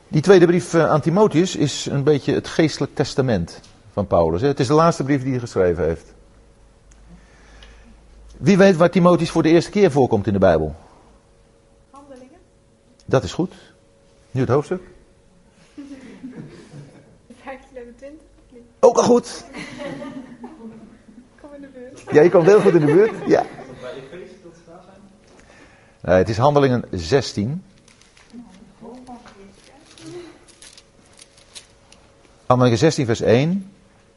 Die tweede brief aan Timotheus is een beetje het geestelijk testament van Paulus. Het is de laatste brief die hij geschreven heeft. Wie weet waar Timotheus voor de eerste keer voorkomt in de Bijbel? Handelingen. Dat is goed. Nu het hoofdstuk. 15:20. Ook al goed. Kom in de buurt. Ja, je komt heel goed in de buurt. Ja. Nee, het is Handelingen 16. Handelingen 16 vers 1.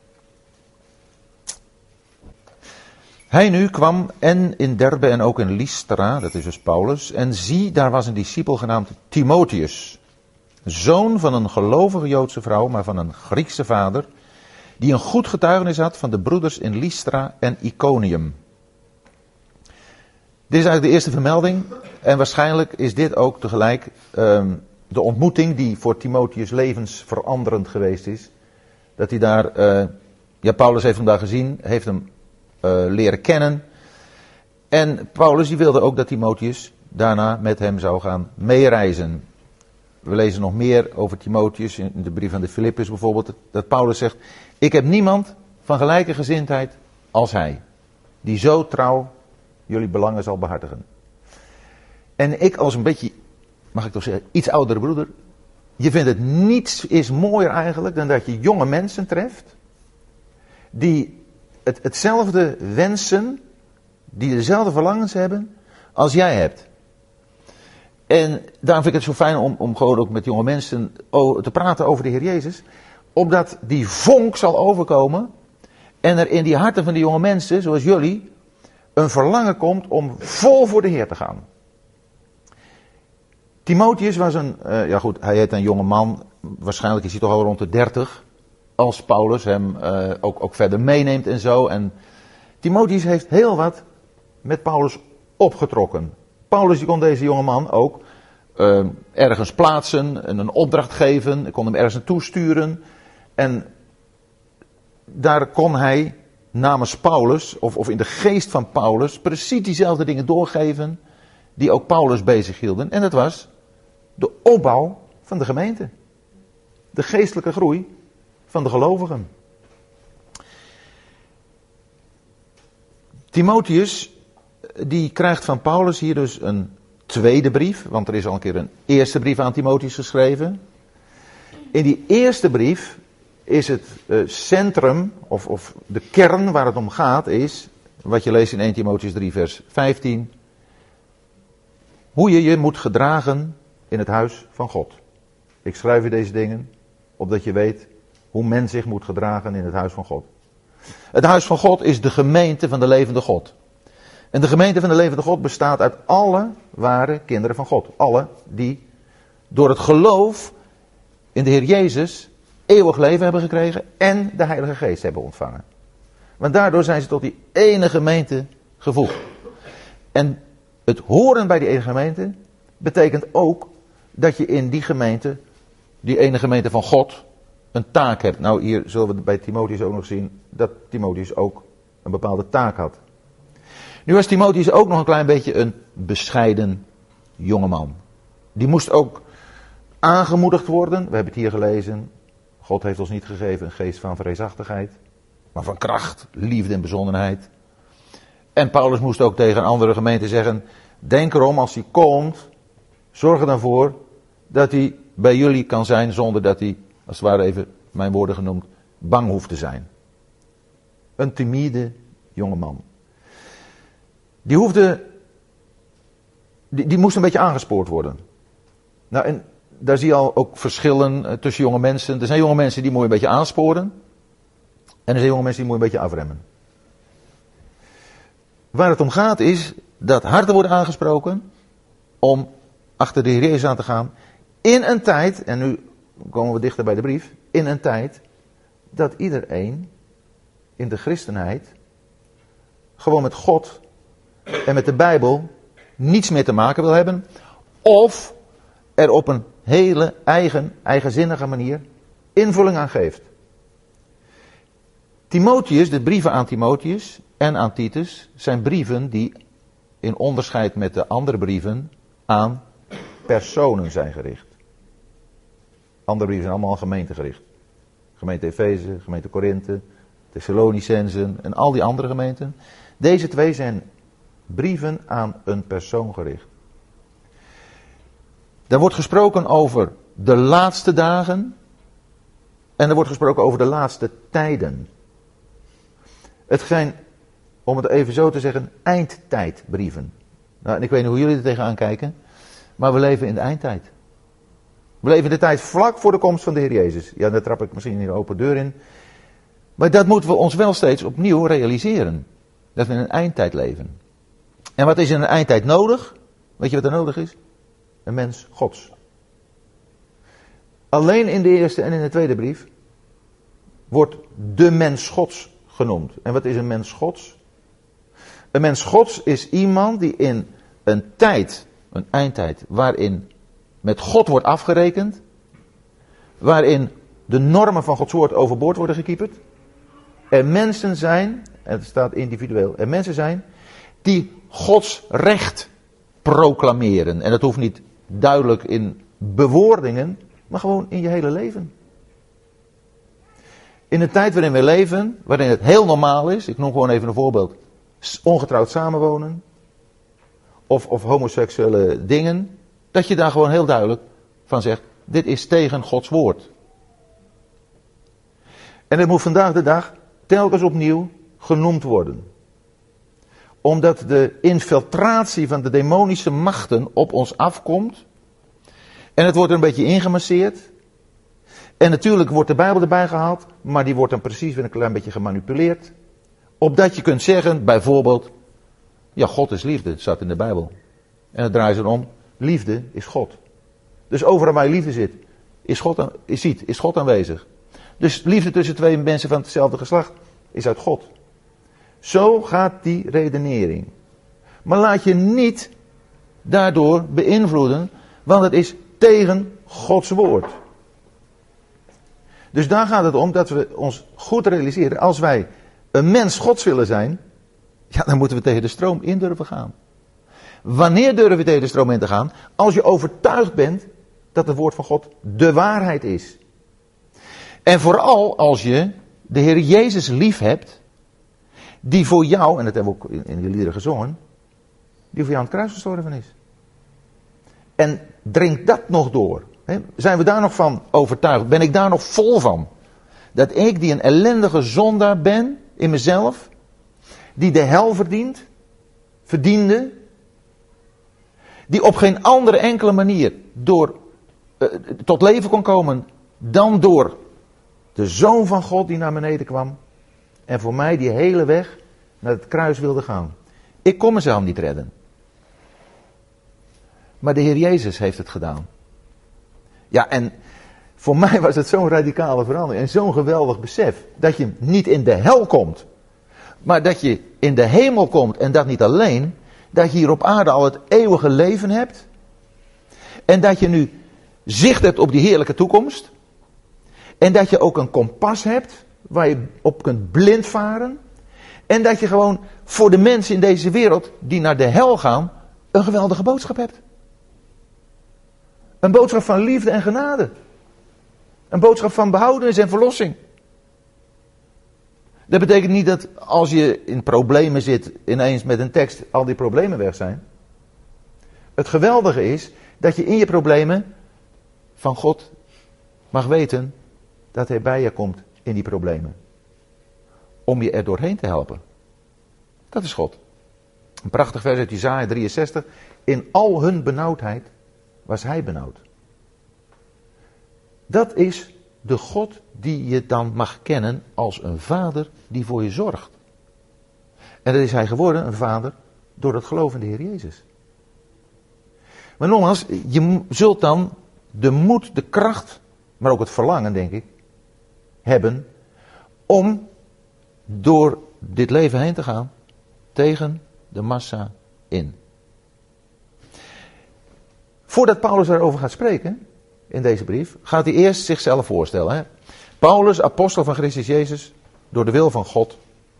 Hij nu kwam en in Derbe en ook in Lystra, dat is dus Paulus. En zie, daar was een discipel genaamd Timotheus. Zoon van een gelovige Joodse vrouw, maar van een Griekse vader. Die een goed getuigenis had van de broeders in Lystra en Iconium. Dit is eigenlijk de eerste vermelding. En waarschijnlijk is dit ook tegelijk de ontmoeting die voor Timotheus levensveranderend geweest is. Dat hij daar, Paulus heeft hem daar gezien, heeft hem leren kennen. En Paulus die wilde ook dat Timotheus daarna met hem zou gaan meereizen. We lezen nog meer over Timotheus in de brief aan de Filippus bijvoorbeeld. Dat Paulus zegt, ik heb niemand van gelijke gezindheid als hij. Die zo trouw jullie belangen zal behartigen. En ik als een beetje, mag ik toch zeggen, iets oudere broeder. Je vindt het niets is mooier eigenlijk dan dat je jonge mensen treft. Die hetzelfde wensen, die dezelfde verlangens hebben als jij hebt. En daarom vind ik het zo fijn om gewoon ook met jonge mensen te praten over de Heer Jezus. Opdat die vonk zal overkomen. En er in die harten van die jonge mensen, zoals jullie, een verlangen komt om vol voor de Heer te gaan. Timotheus was hij heet een jonge man. Waarschijnlijk is hij toch al rond de 30. Als Paulus hem ook verder meeneemt en zo. En Timotheus heeft heel wat met Paulus opgetrokken. Paulus die kon deze jonge man ook ergens plaatsen en een opdracht geven. Kon hem ergens naartoe sturen. En daar kon hij namens Paulus, of in de geest van Paulus, precies diezelfde dingen doorgeven die ook Paulus bezig hielden. En dat was de opbouw van de gemeente. De geestelijke groei van de gelovigen. Timotheus, die krijgt van Paulus hier dus een tweede brief, want er is al een keer een eerste brief aan Timotheus geschreven. In die eerste brief is het centrum, of de kern waar het om gaat, is, wat je leest in 1 Timotheus 3 vers 15, hoe je je moet gedragen in het huis van God. Ik schrijf je deze dingen, opdat je weet hoe men zich moet gedragen in het huis van God. Het huis van God is de gemeente van de levende God. En de gemeente van de levende God bestaat uit alle ware kinderen van God. Alle die door het geloof in de Heer Jezus eeuwig leven hebben gekregen en de Heilige Geest hebben ontvangen. Want daardoor zijn ze tot die ene gemeente gevoegd. En het horen bij die ene gemeente betekent ook dat je in die gemeente, die ene gemeente van God, een taak hebt. Nou, hier zullen we bij Timotheus ook nog zien dat Timotheus ook een bepaalde taak had. Nu was Timotheus ook nog een klein beetje een bescheiden jongeman. Die moest ook aangemoedigd worden. We hebben het hier gelezen. God heeft ons niet gegeven een geest van vreesachtigheid, maar van kracht, liefde en bezonnenheid. En Paulus moest ook tegen andere gemeenten zeggen, denk erom als hij komt, zorg er dan voor dat hij bij jullie kan zijn zonder dat hij, als het ware even mijn woorden genoemd, bang hoeft te zijn. Een timide jongeman. Die moest een beetje aangespoord worden. Nou, en daar zie je al ook verschillen tussen jonge mensen. Er zijn jonge mensen die moet je een beetje aansporen. En er zijn jonge mensen die moet je een beetje afremmen. Waar het om gaat is dat harten worden aangesproken om achter de Heer Jezus aan te gaan. In een tijd, en nu komen we dichter bij de brief, in een tijd dat iedereen in de christenheid gewoon met God en met de Bijbel niets meer te maken wil hebben. Of er op een hele eigenzinnige manier invulling aan geeft. Timotheus, de brieven aan Timotheus en aan Titus, zijn brieven die in onderscheid met de andere brieven aan personen zijn gericht. Andere brieven zijn allemaal gemeentegericht. Gemeente Efeze, gemeente Korinthe, Thessalonicensen en al die andere gemeenten. Deze twee zijn brieven aan een persoon gericht. Er wordt gesproken over de laatste dagen en er wordt gesproken over de laatste tijden. Het zijn, om het even zo te zeggen, eindtijdbrieven. Nou, en ik weet niet hoe jullie er tegenaan kijken, maar we leven in de eindtijd. We leven in de tijd vlak voor de komst van de Heer Jezus. Ja, daar trap ik misschien een open deur in. Maar dat moeten we ons wel steeds opnieuw realiseren. Dat we in een eindtijd leven. En wat is in een eindtijd nodig? Weet je wat er nodig is? Een mens Gods. Alleen in de eerste en in de tweede brief wordt de mens Gods genoemd. En wat is een mens Gods? Een mens Gods is iemand die in een tijd, een eindtijd, waarin met God wordt afgerekend, waarin de normen van Gods woord overboord worden gekieperd, er mensen zijn, en het staat individueel, er mensen zijn die Gods recht proclameren. En dat hoeft niet duidelijk in bewoordingen, maar gewoon in je hele leven. In een tijd waarin we leven, waarin het heel normaal is, ik noem gewoon even een voorbeeld, ongetrouwd samenwonen, of homoseksuele dingen, dat je daar gewoon heel duidelijk van zegt, dit is tegen Gods woord. En het moet vandaag de dag telkens opnieuw genoemd worden. Omdat de infiltratie van de demonische machten op ons afkomt. En het wordt er een beetje ingemasseerd. En natuurlijk wordt de Bijbel erbij gehaald, maar die wordt dan precies weer een klein beetje gemanipuleerd. Opdat je kunt zeggen, bijvoorbeeld, ja, God is liefde, het staat in de Bijbel. En het draait erom, liefde is God. Dus overal waar je liefde zit, is God aanwezig. Dus liefde tussen twee mensen van hetzelfde geslacht is uit God. Zo gaat die redenering. Maar laat je niet daardoor beïnvloeden, want het is tegen Gods woord. Dus daar gaat het om dat we ons goed realiseren. Als wij een mens Gods willen zijn, ja, dan moeten we tegen de stroom in durven gaan. Wanneer durf je tegen de stroom in te gaan? Als je overtuigd bent dat het woord van God de waarheid is. En vooral als je de Heer Jezus lief hebt, die voor jou, en dat hebben we ook in de liederen gezongen, die voor jou aan het kruis gestorven is. En dringt dat nog door. Hè? Zijn we daar nog van overtuigd? Ben ik daar nog vol van? Dat ik, die een ellendige zondaar ben, in mezelf, die de hel verdiende, die op geen andere enkele manier tot leven kon komen dan door de Zoon van God die naar beneden kwam en voor mij die hele weg naar het kruis wilde gaan. Ik kon mezelf niet redden. Maar de Heer Jezus heeft het gedaan. Ja, en voor mij was het zo'n radicale verandering en zo'n geweldig besef dat je niet in de hel komt, maar dat je in de hemel komt en dat niet alleen, dat je hier op aarde al het eeuwige leven hebt en dat je nu zicht hebt op die heerlijke toekomst en dat je ook een kompas hebt waar je op kunt blind varen en dat je gewoon voor de mensen in deze wereld die naar de hel gaan een geweldige boodschap hebt. Een boodschap van liefde en genade. Een boodschap van behoudenis en verlossing. Dat betekent niet dat als je in problemen zit, ineens met een tekst al die problemen weg zijn. Het geweldige is dat je in je problemen van God mag weten dat Hij bij je komt in die problemen. Om je er doorheen te helpen. Dat is God. Een prachtig vers uit Jesaja 63. In al hun benauwdheid was Hij benauwd. Dat is de God die je dan mag kennen als een vader die voor je zorgt. En dat is Hij geworden, een vader, door het geloof in de Heer Jezus. Maar nogmaals, je zult dan de moed, de kracht, maar ook het verlangen, denk ik, hebben om door dit leven heen te gaan tegen de massa in. Voordat Paulus daarover gaat spreken, in deze brief, gaat hij eerst zichzelf voorstellen. Hè? Paulus, apostel van Christus Jezus, door de wil van God,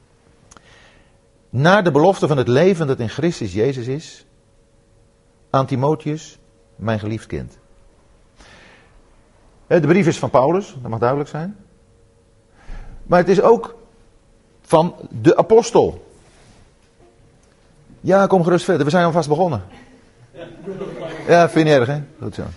naar de belofte van het leven dat in Christus Jezus is, aan Timotheus, mijn geliefd kind. De brief is van Paulus, dat mag duidelijk zijn. Maar het is ook van de apostel. Ja, kom gerust verder. We zijn alvast begonnen. Ja, vind je niet erg, hè? Goed zo.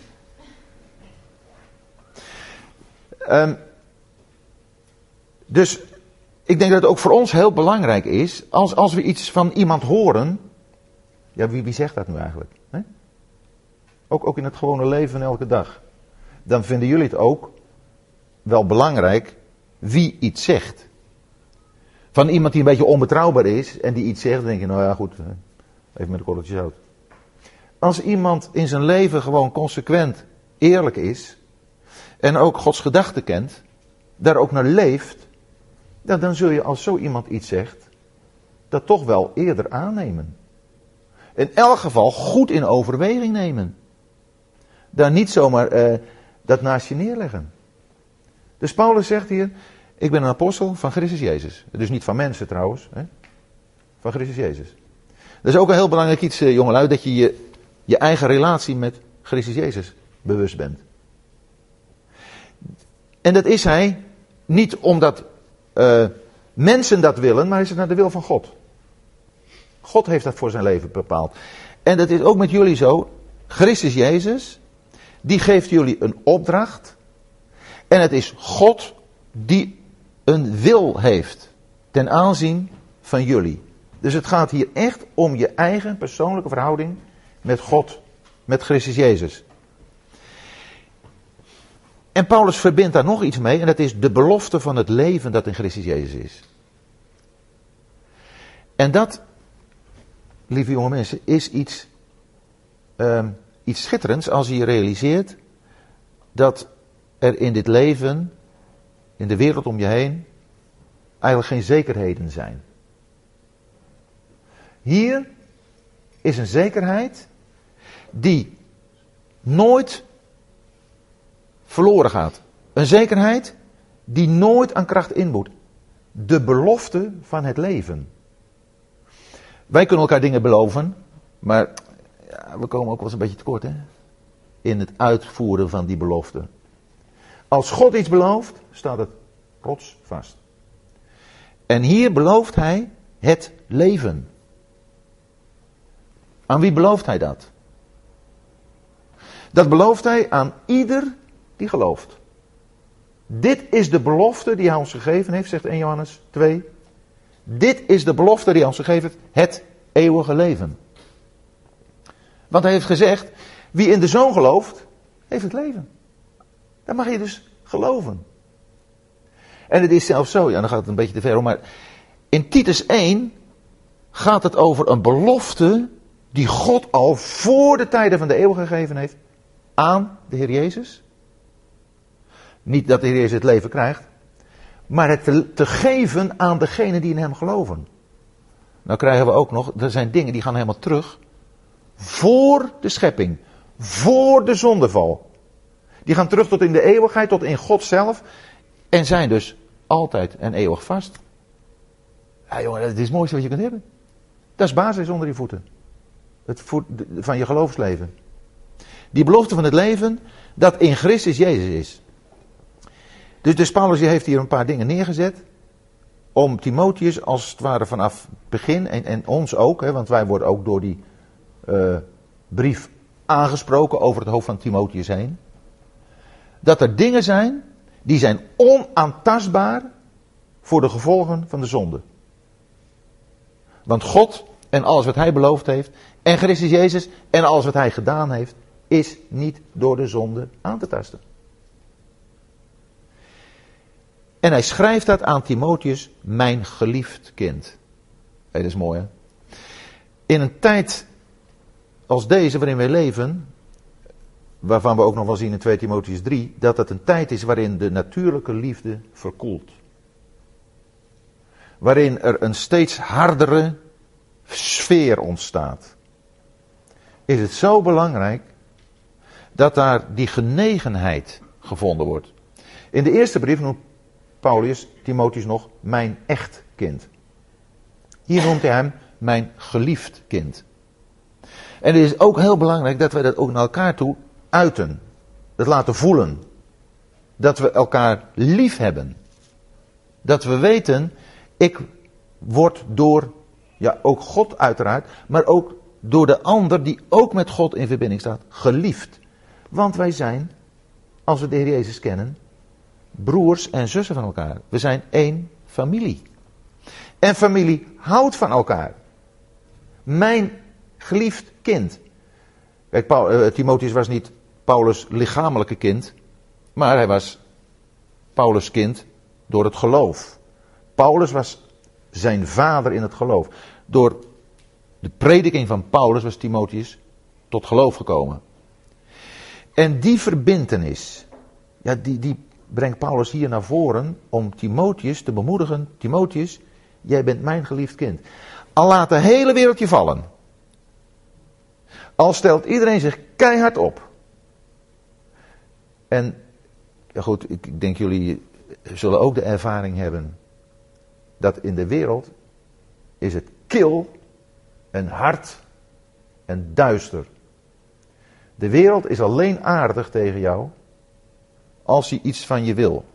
Dus ik denk dat het ook voor ons heel belangrijk is, als we iets van iemand horen. Ja, wie zegt dat nu eigenlijk? Hè? Ook in het gewone leven van elke dag. Dan vinden jullie het ook wel belangrijk wie iets zegt. Van iemand die een beetje onbetrouwbaar is en die iets zegt, dan denk je, nou ja goed, even met een korreltje zout. Als iemand in zijn leven gewoon consequent eerlijk is en ook Gods gedachten kent, daar ook naar leeft, dan zul je als zo iemand iets zegt, dat toch wel eerder aannemen. In elk geval goed in overweging nemen. Daar niet zomaar dat naast je neerleggen. Dus Paulus zegt hier, ik ben een apostel van Christus Jezus. Dus niet van mensen trouwens, hè? Van Christus Jezus. Dat is ook een heel belangrijk iets, jongelui, dat je je eigen relatie met Christus Jezus bewust bent. En dat is hij niet omdat mensen dat willen, maar is het naar de wil van God. God heeft dat voor zijn leven bepaald. En dat is ook met jullie zo. Christus Jezus, die geeft jullie een opdracht. En het is God die een wil heeft ten aanzien van jullie. Dus het gaat hier echt om je eigen persoonlijke verhouding met God, met Christus Jezus. En Paulus verbindt daar nog iets mee en dat is de belofte van het leven dat in Christus Jezus is. En dat, lieve jonge mensen, is iets schitterends als je realiseert dat er in dit leven, in de wereld om je heen, eigenlijk geen zekerheden zijn. Hier is een zekerheid die nooit verloren gaat. Een zekerheid die nooit aan kracht inboet. De belofte van het leven. Wij kunnen elkaar dingen beloven, maar ja, we komen ook wel eens een beetje tekort, hè? In het uitvoeren van die belofte. Als God iets belooft, staat het rotsvast. En hier belooft hij het leven. Aan wie belooft hij dat? Dat belooft hij aan ieder die gelooft. Dit is de belofte die hij ons gegeven heeft, zegt 1 Johannes 2. Dit is de belofte die hij ons gegeven heeft, het eeuwige leven. Want hij heeft gezegd, wie in de Zoon gelooft, heeft het leven. Dan mag je dus geloven. En het is zelfs zo, ja dan gaat het een beetje te ver om, maar in Titus 1 gaat het over een belofte die God al voor de tijden van de eeuw gegeven heeft aan de Heer Jezus. Niet dat de Heer Jezus het leven krijgt, maar het te geven aan degenen die in hem geloven. Nou krijgen we ook nog, er zijn dingen die gaan helemaal terug voor de schepping, voor de zondeval. Die gaan terug tot in de eeuwigheid, tot in God zelf en zijn dus altijd en eeuwig vast. Ja jongen, dat is het mooiste wat je kunt hebben. Dat is basis onder je voeten. Van je geloofsleven. Die belofte van het leven dat in Christus Jezus is. Dus Paulus heeft hier een paar dingen neergezet. Om Timotheus als het ware vanaf begin en ons ook. Hè, want wij worden ook door die brief aangesproken over het hoofd van Timotheus heen. Dat er dingen zijn die zijn onaantastbaar voor de gevolgen van de zonde. Want God en alles wat hij beloofd heeft en Christus Jezus en alles wat hij gedaan heeft is niet door de zonde aan te tasten. En hij schrijft dat aan Timotheus, mijn geliefd kind. Hey, dat is mooi hè. In een tijd als deze waarin wij leven, waarvan we ook nog wel zien in 2 Timotheus 3, dat het een tijd is waarin de natuurlijke liefde verkoelt. Waarin er een steeds hardere sfeer ontstaat. Is het zo belangrijk dat daar die genegenheid gevonden wordt. In de eerste brief noemt Paulus Timotheus nog mijn echt kind. Hier noemt hij hem mijn geliefd kind. En het is ook heel belangrijk dat wij dat ook naar elkaar toe uiten. Dat laten voelen. Dat we elkaar lief hebben. Dat we weten, ik word door, ja ook God uiteraard, maar ook door de ander die ook met God in verbinding staat, geliefd. Want wij zijn, als we de Heer Jezus kennen, broers en zussen van elkaar. We zijn één familie. En familie houdt van elkaar. Mijn geliefd kind. Kijk, Timotheus was niet Paulus' lichamelijke kind, maar hij was Paulus' kind door het geloof. Paulus was zijn vader in het geloof. Door de prediking van Paulus was Timotheus tot geloof gekomen. En die verbintenis, ja, die brengt Paulus hier naar voren om Timotheus te bemoedigen. Timotheus, jij bent mijn geliefd kind. Al laat de hele wereld je vallen. Al stelt iedereen zich keihard op. En, ja goed, ik denk jullie zullen ook de ervaring hebben dat in de wereld is het kil en hard en duister. De wereld is alleen aardig tegen jou als hij iets van je wil.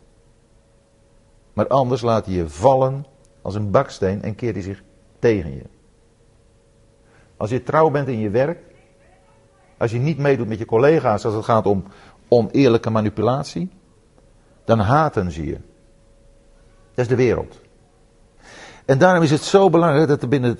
Maar anders laat hij je vallen als een baksteen en keert hij zich tegen je. Als je trouw bent in je werk, als je niet meedoet met je collega's als het gaat om oneerlijke manipulatie, dan haten ze je. Dat is de wereld. En daarom is het zo belangrijk dat er binnen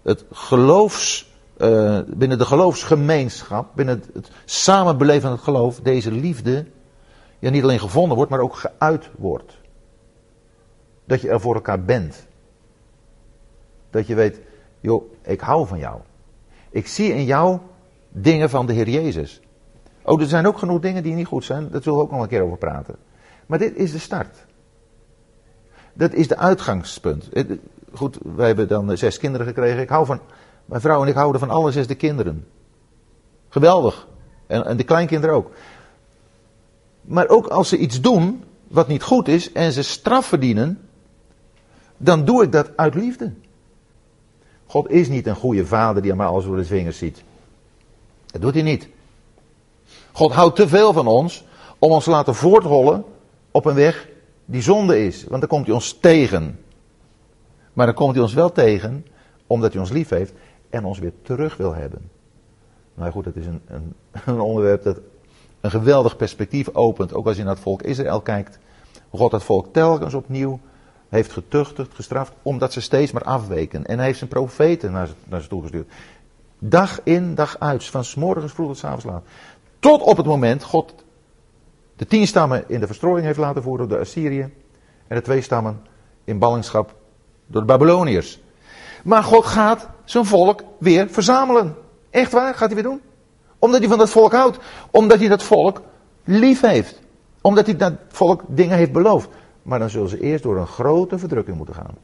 binnen de geloofsgemeenschap, binnen het samenbeleven van het geloof, deze liefde ja, niet alleen gevonden wordt, maar ook geuit wordt. Dat je er voor elkaar bent. Dat je weet, joh, ik hou van jou. Ik zie in jou dingen van de Heer Jezus. Oh, er zijn ook genoeg dingen die niet goed zijn, daar zullen we ook nog een keer over praten. Maar dit is de start. Dat is de uitgangspunt. Goed, wij hebben dan 6 kinderen gekregen. Mijn vrouw en ik houden van alle 6 de kinderen. Geweldig. En de kleinkinderen ook. Maar ook als ze iets doen wat niet goed is en ze straf verdienen, dan doe ik dat uit liefde. God is niet een goede vader die maar alles door de vingers ziet. Dat doet hij niet. God houdt te veel van ons om ons te laten voortrollen op een weg die zonde is. Want dan komt hij ons tegen. Maar dan komt hij ons wel tegen omdat hij ons lief heeft en ons weer terug wil hebben. Nou goed, het is een onderwerp dat een geweldig perspectief opent. Ook als je naar het volk Israël kijkt. Hoe God dat volk telkens opnieuw heeft getuchtigd, gestraft, omdat ze steeds maar afweken. En hij heeft zijn profeten naar ze toegestuurd. Dag in, dag uit. Van 's morgens vroeg tot 's avonds laat. Tot op het moment God de 10 stammen in de verstrooiing heeft laten voeren door de Assyrië. En de 2 stammen in ballingschap door de Babyloniërs. Maar God gaat zijn volk weer verzamelen. Echt waar, gaat hij weer doen. Omdat hij van dat volk houdt. Omdat hij dat volk lief heeft. Omdat hij dat volk dingen heeft beloofd. Maar dan zullen ze eerst door een grote verdrukking moeten gaan.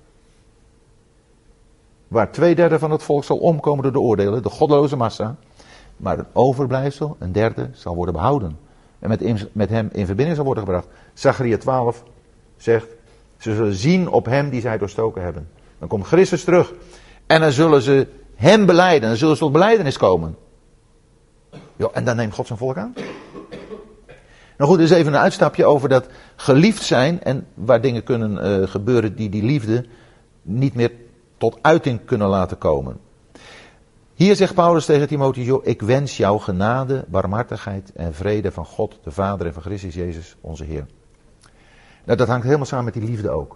Waar 2/3 van het volk zal omkomen door de oordelen, de goddeloze massa. Maar een overblijfsel, een derde, zal worden behouden. En met hem in verbinding zal worden gebracht. Zacharia 12 zegt, ze zullen zien op hem die zij doorstoken hebben. Dan komt Christus terug. En dan zullen ze hem belijden. Dan zullen ze tot belijdenis komen. Ja, en dan neemt God zijn volk aan. Nou goed, dus even een uitstapje over dat geliefd zijn. En waar dingen kunnen gebeuren die liefde niet meer tot uiting kunnen laten komen. Hier zegt Paulus tegen Timotheus, joh, ik wens jou genade, barmhartigheid en vrede van God, de Vader en van Christus Jezus, onze Heer. Nou, dat hangt helemaal samen met die liefde ook.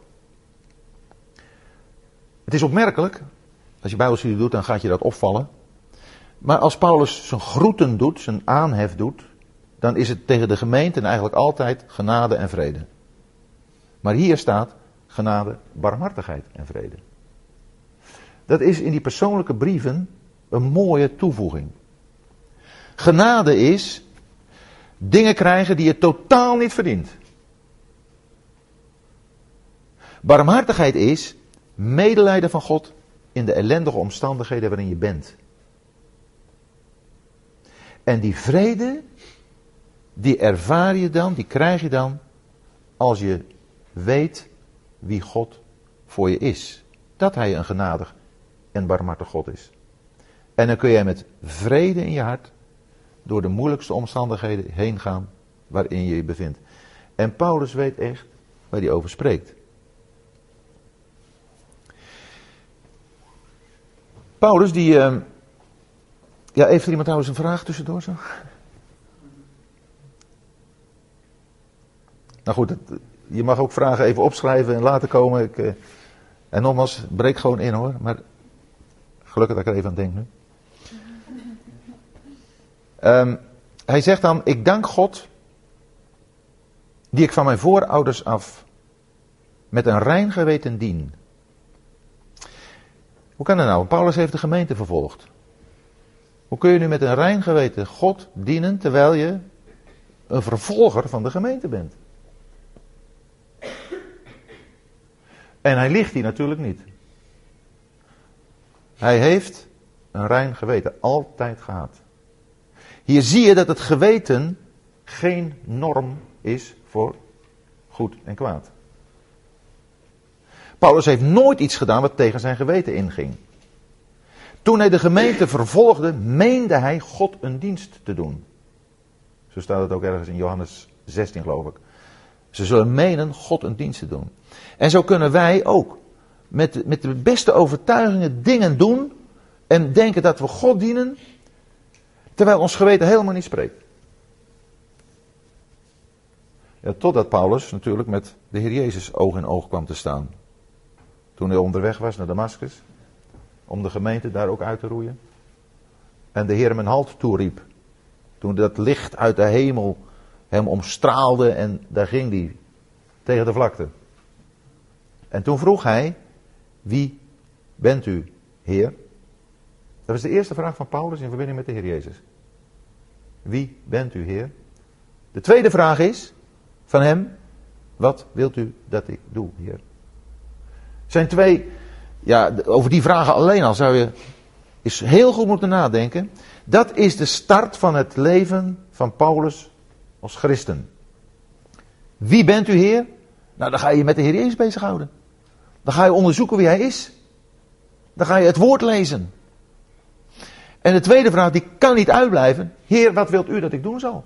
Het is opmerkelijk, als je Bijbelstudie doet, dan gaat je dat opvallen. Maar als Paulus zijn groeten doet, zijn aanhef doet, dan is het tegen de gemeente eigenlijk altijd genade en vrede. Maar hier staat genade, barmhartigheid en vrede. Dat is in die persoonlijke brieven een mooie toevoeging. Genade is dingen krijgen die je totaal niet verdient. Barmhartigheid is medelijden van God in de ellendige omstandigheden waarin je bent. En die vrede, die ervaar je dan, die krijg je dan als je weet wie God voor je is. Dat hij een genadig en barmhartig God is. En dan kun jij met vrede in je hart door de moeilijkste omstandigheden heen gaan waarin je je bevindt. En Paulus weet echt waar hij over spreekt. Paulus die... Ja, heeft er iemand trouwens een vraag tussendoor zo? Nou goed, je mag ook vragen even opschrijven en laten komen. En nogmaals, breek gewoon in hoor. Maar gelukkig dat ik er even aan denk nu. Hij zegt dan, ik dank God, die ik van mijn voorouders af met een rein geweten dien. Hoe kan dat nou? Paulus heeft de gemeente vervolgd. Hoe kun je nu met een rein geweten God dienen terwijl je een vervolger van de gemeente bent? En hij liegt hier natuurlijk niet. Hij heeft een rein geweten, altijd gehad. Hier zie je dat het geweten geen norm is voor goed en kwaad. Paulus heeft nooit iets gedaan wat tegen zijn geweten inging. Toen hij de gemeente vervolgde, meende hij God een dienst te doen. Zo staat het ook ergens in Johannes 16 geloof ik. Ze zullen menen God een dienst te doen. En zo kunnen wij ook met de beste overtuigingen dingen doen en denken dat we God dienen, terwijl ons geweten helemaal niet spreekt. Ja, totdat Paulus natuurlijk met de Heer Jezus oog in oog kwam te staan. Toen hij onderweg was naar Damaskus, om de gemeente daar ook uit te roeien. En de Heer hem een halt toeriep. Toen dat licht uit de hemel hem omstraalde en daar ging hij tegen de vlakte. En toen vroeg hij, wie bent u, Heer? Dat was de eerste vraag van Paulus in verbinding met de Heer Jezus. Wie bent u, Heer? De tweede vraag is van hem, wat wilt u dat ik doe, Heer? Zijn twee, ja, over die vragen alleen al zou je eens heel goed moeten nadenken. Dat is de start van het leven van Paulus als christen. Wie bent u, Heer? Nou, dan ga je met de Heer Jezus bezighouden. Dan ga je onderzoeken wie hij is. Dan ga je het woord lezen. En de tweede vraag, die kan niet uitblijven. Heer, wat wilt u dat ik doen zal?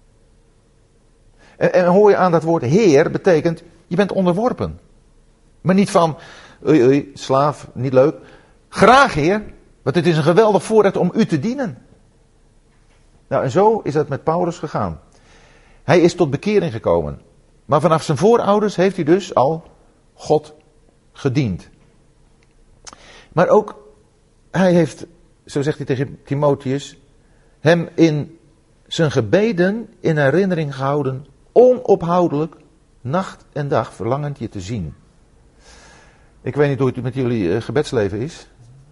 En hoor je aan dat woord Heer, betekent, je bent onderworpen. Maar niet van, slaaf, niet leuk. Graag, Heer, want het is een geweldig voorrecht om u te dienen. Nou, en zo is het met Paulus gegaan. Hij is tot bekering gekomen. Maar vanaf zijn voorouders heeft hij dus al God gediend. Maar ook, hij heeft, zo zegt hij tegen Timotheus, hem in zijn gebeden in herinnering gehouden, onophoudelijk, nacht en dag, verlangend je te zien. Ik weet niet hoe het met jullie gebedsleven is.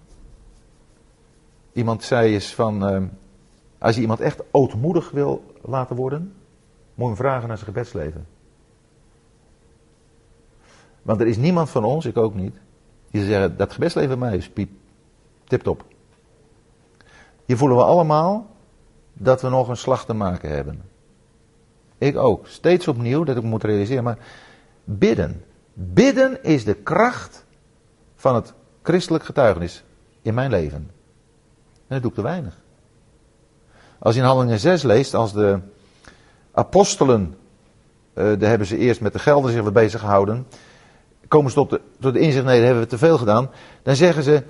Iemand zei eens van, als je iemand echt ootmoedig wil laten worden, moet je hem vragen naar zijn gebedsleven. Want er is niemand van ons, ik ook niet, die zou zeggen, dat gebedsleven bij mij is piep, tip-top. Hier voelen we allemaal dat we nog een slag te maken hebben. Ik ook, steeds opnieuw, dat ik moet realiseren, maar bidden. Bidden is de kracht van het christelijk getuigenis in mijn leven. En dat doe ik te weinig. Als je in Handelingen 6 leest, als de apostelen, daar hebben ze eerst met de gelden zich weer bezig gehouden, komen ze tot de inzicht, nee, dat hebben we te veel gedaan. Dan zeggen ze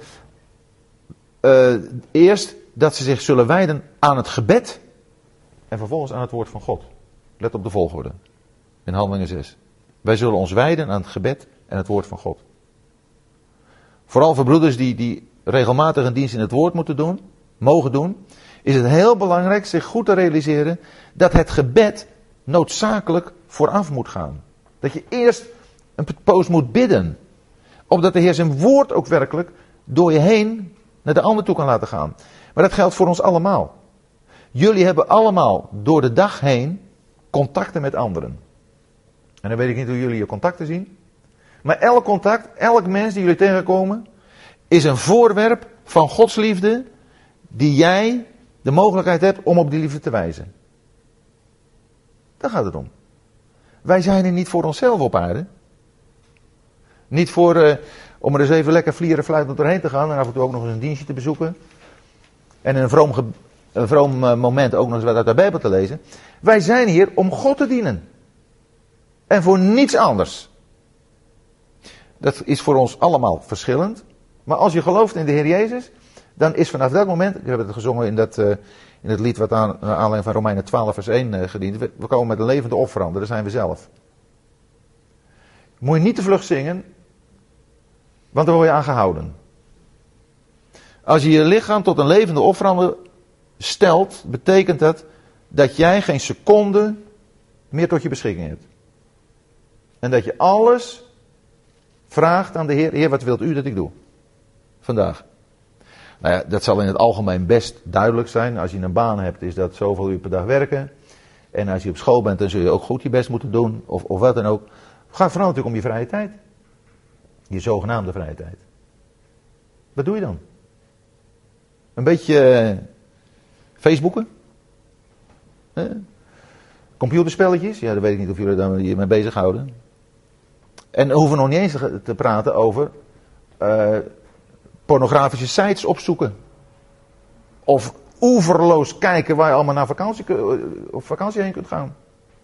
eerst dat ze zich zullen wijden aan het gebed en vervolgens aan het woord van God. Let op de volgorde. In Handelingen 6. Wij zullen ons wijden aan het gebed en het woord van God. Vooral voor broeders die regelmatig een dienst in het woord moeten doen, mogen doen, is het heel belangrijk zich goed te realiseren dat het gebed noodzakelijk vooraf moet gaan. Dat je eerst een poos moet bidden. Opdat de Heer zijn woord ook werkelijk door je heen naar de ander toe kan laten gaan. Maar dat geldt voor ons allemaal. Jullie hebben allemaal door de dag heen contacten met anderen. En dan weet ik niet hoe jullie je contacten zien. Maar elk contact, elk mens die jullie tegenkomen, is een voorwerp van Gods liefde, die jij de mogelijkheid hebt om op die liefde te wijzen. Daar gaat het om. Wij zijn er niet voor onszelf op aarde. Niet voor, om er eens even lekker vlieren fluitend doorheen te gaan en af en toe ook nog eens een dienstje te bezoeken. En in een vroom moment ook nog eens wat uit de Bijbel te lezen. Wij zijn hier om God te dienen. En voor niets anders. Dat is voor ons allemaal verschillend. Maar als je gelooft in de Heer Jezus, dan is vanaf dat moment, ik heb het gezongen in het lied wat aan aanleiding van Romeinen 12 vers 1 gediend. We komen met een levende offerande, dat zijn we zelf. Moet je niet te vlug zingen, want dan word je aangehouden. Als je je lichaam tot een levende offerande stelt, betekent dat jij geen seconde meer tot je beschikking hebt. En dat je alles vraagt aan de Heer. Heer, wat wilt u dat ik doe? Vandaag. Nou ja, dat zal in het algemeen best duidelijk zijn. Als je een baan hebt, is dat zoveel uur per dag werken. En als je op school bent, dan zul je ook goed je best moeten doen. Of wat dan ook. Het gaat vooral natuurlijk om je vrije tijd. Je zogenaamde vrije tijd. Wat doe je dan? Een beetje Facebooken? Computerspelletjes? Ja, daar weet ik niet of jullie daar mee bezighouden. En we hoeven nog niet eens te praten over pornografische sites opzoeken. Of oeverloos kijken waar je allemaal naar op vakantie heen kunt gaan.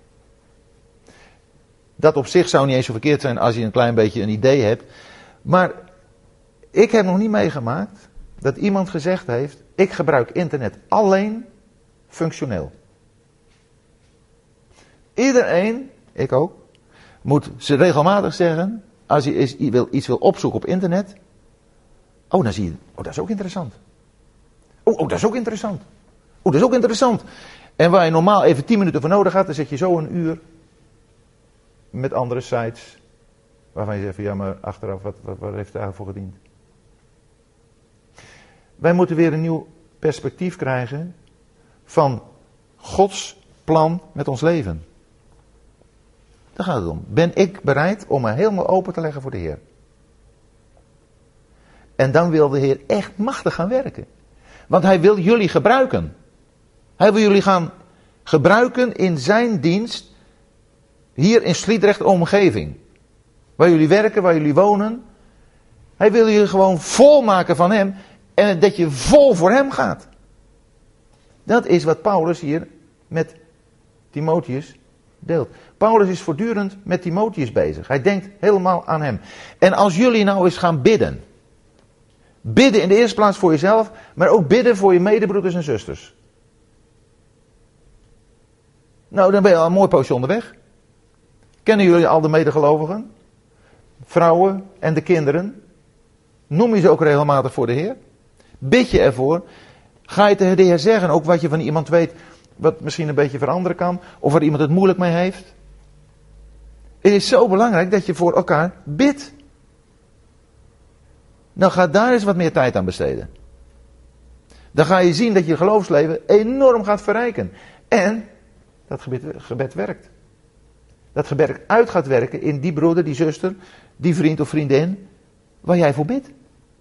Dat op zich zou niet eens zo verkeerd zijn als je een klein beetje een idee hebt. Maar ik heb nog niet meegemaakt dat iemand gezegd heeft, ik gebruik internet alleen functioneel. Iedereen, ik ook, moet ze regelmatig zeggen, als je iets wil opzoeken op internet. Oh, dan zie je, oh, dat is ook interessant. Oh, dat is ook interessant. Oh, dat is ook interessant. En waar je normaal even 10 minuten voor nodig had, dan zet je zo een uur met andere sites. Waarvan je zegt, ja, maar achteraf, wat heeft het eigenlijk voor gediend? Wij moeten weer een nieuw perspectief krijgen van Gods plan met ons leven. Daar gaat het om. Ben ik bereid om me helemaal open te leggen voor de Heer? En dan wil de Heer echt machtig gaan werken. Want Hij wil jullie gebruiken. Hij wil jullie gaan gebruiken in zijn dienst. Hier in Sliedrecht omgeving. Waar jullie werken, waar jullie wonen. Hij wil jullie gewoon volmaken van hem. En dat je vol voor hem gaat. Dat is wat Paulus hier met Timotheus deelt. Paulus is voortdurend met Timotheus bezig. Hij denkt helemaal aan hem. En als jullie nou eens gaan bidden. Bidden in de eerste plaats voor jezelf. Maar ook bidden voor je medebroeders en zusters. Nou, dan ben je al een mooi poosje onderweg. Kennen jullie al de medegelovigen? Vrouwen en de kinderen. Noem je ze ook regelmatig voor de Heer. Bid je ervoor. Ga je tegen de Heer zeggen, ook wat je van iemand weet, wat misschien een beetje veranderen kan, of waar iemand het moeilijk mee heeft. Het is zo belangrijk dat je voor elkaar bidt. Nou, ga daar eens wat meer tijd aan besteden. Dan ga je zien dat je geloofsleven enorm gaat verrijken. En dat gebed werkt. Dat gebed uit gaat werken in die broeder, die zuster, die vriend of vriendin, waar jij voor bidt.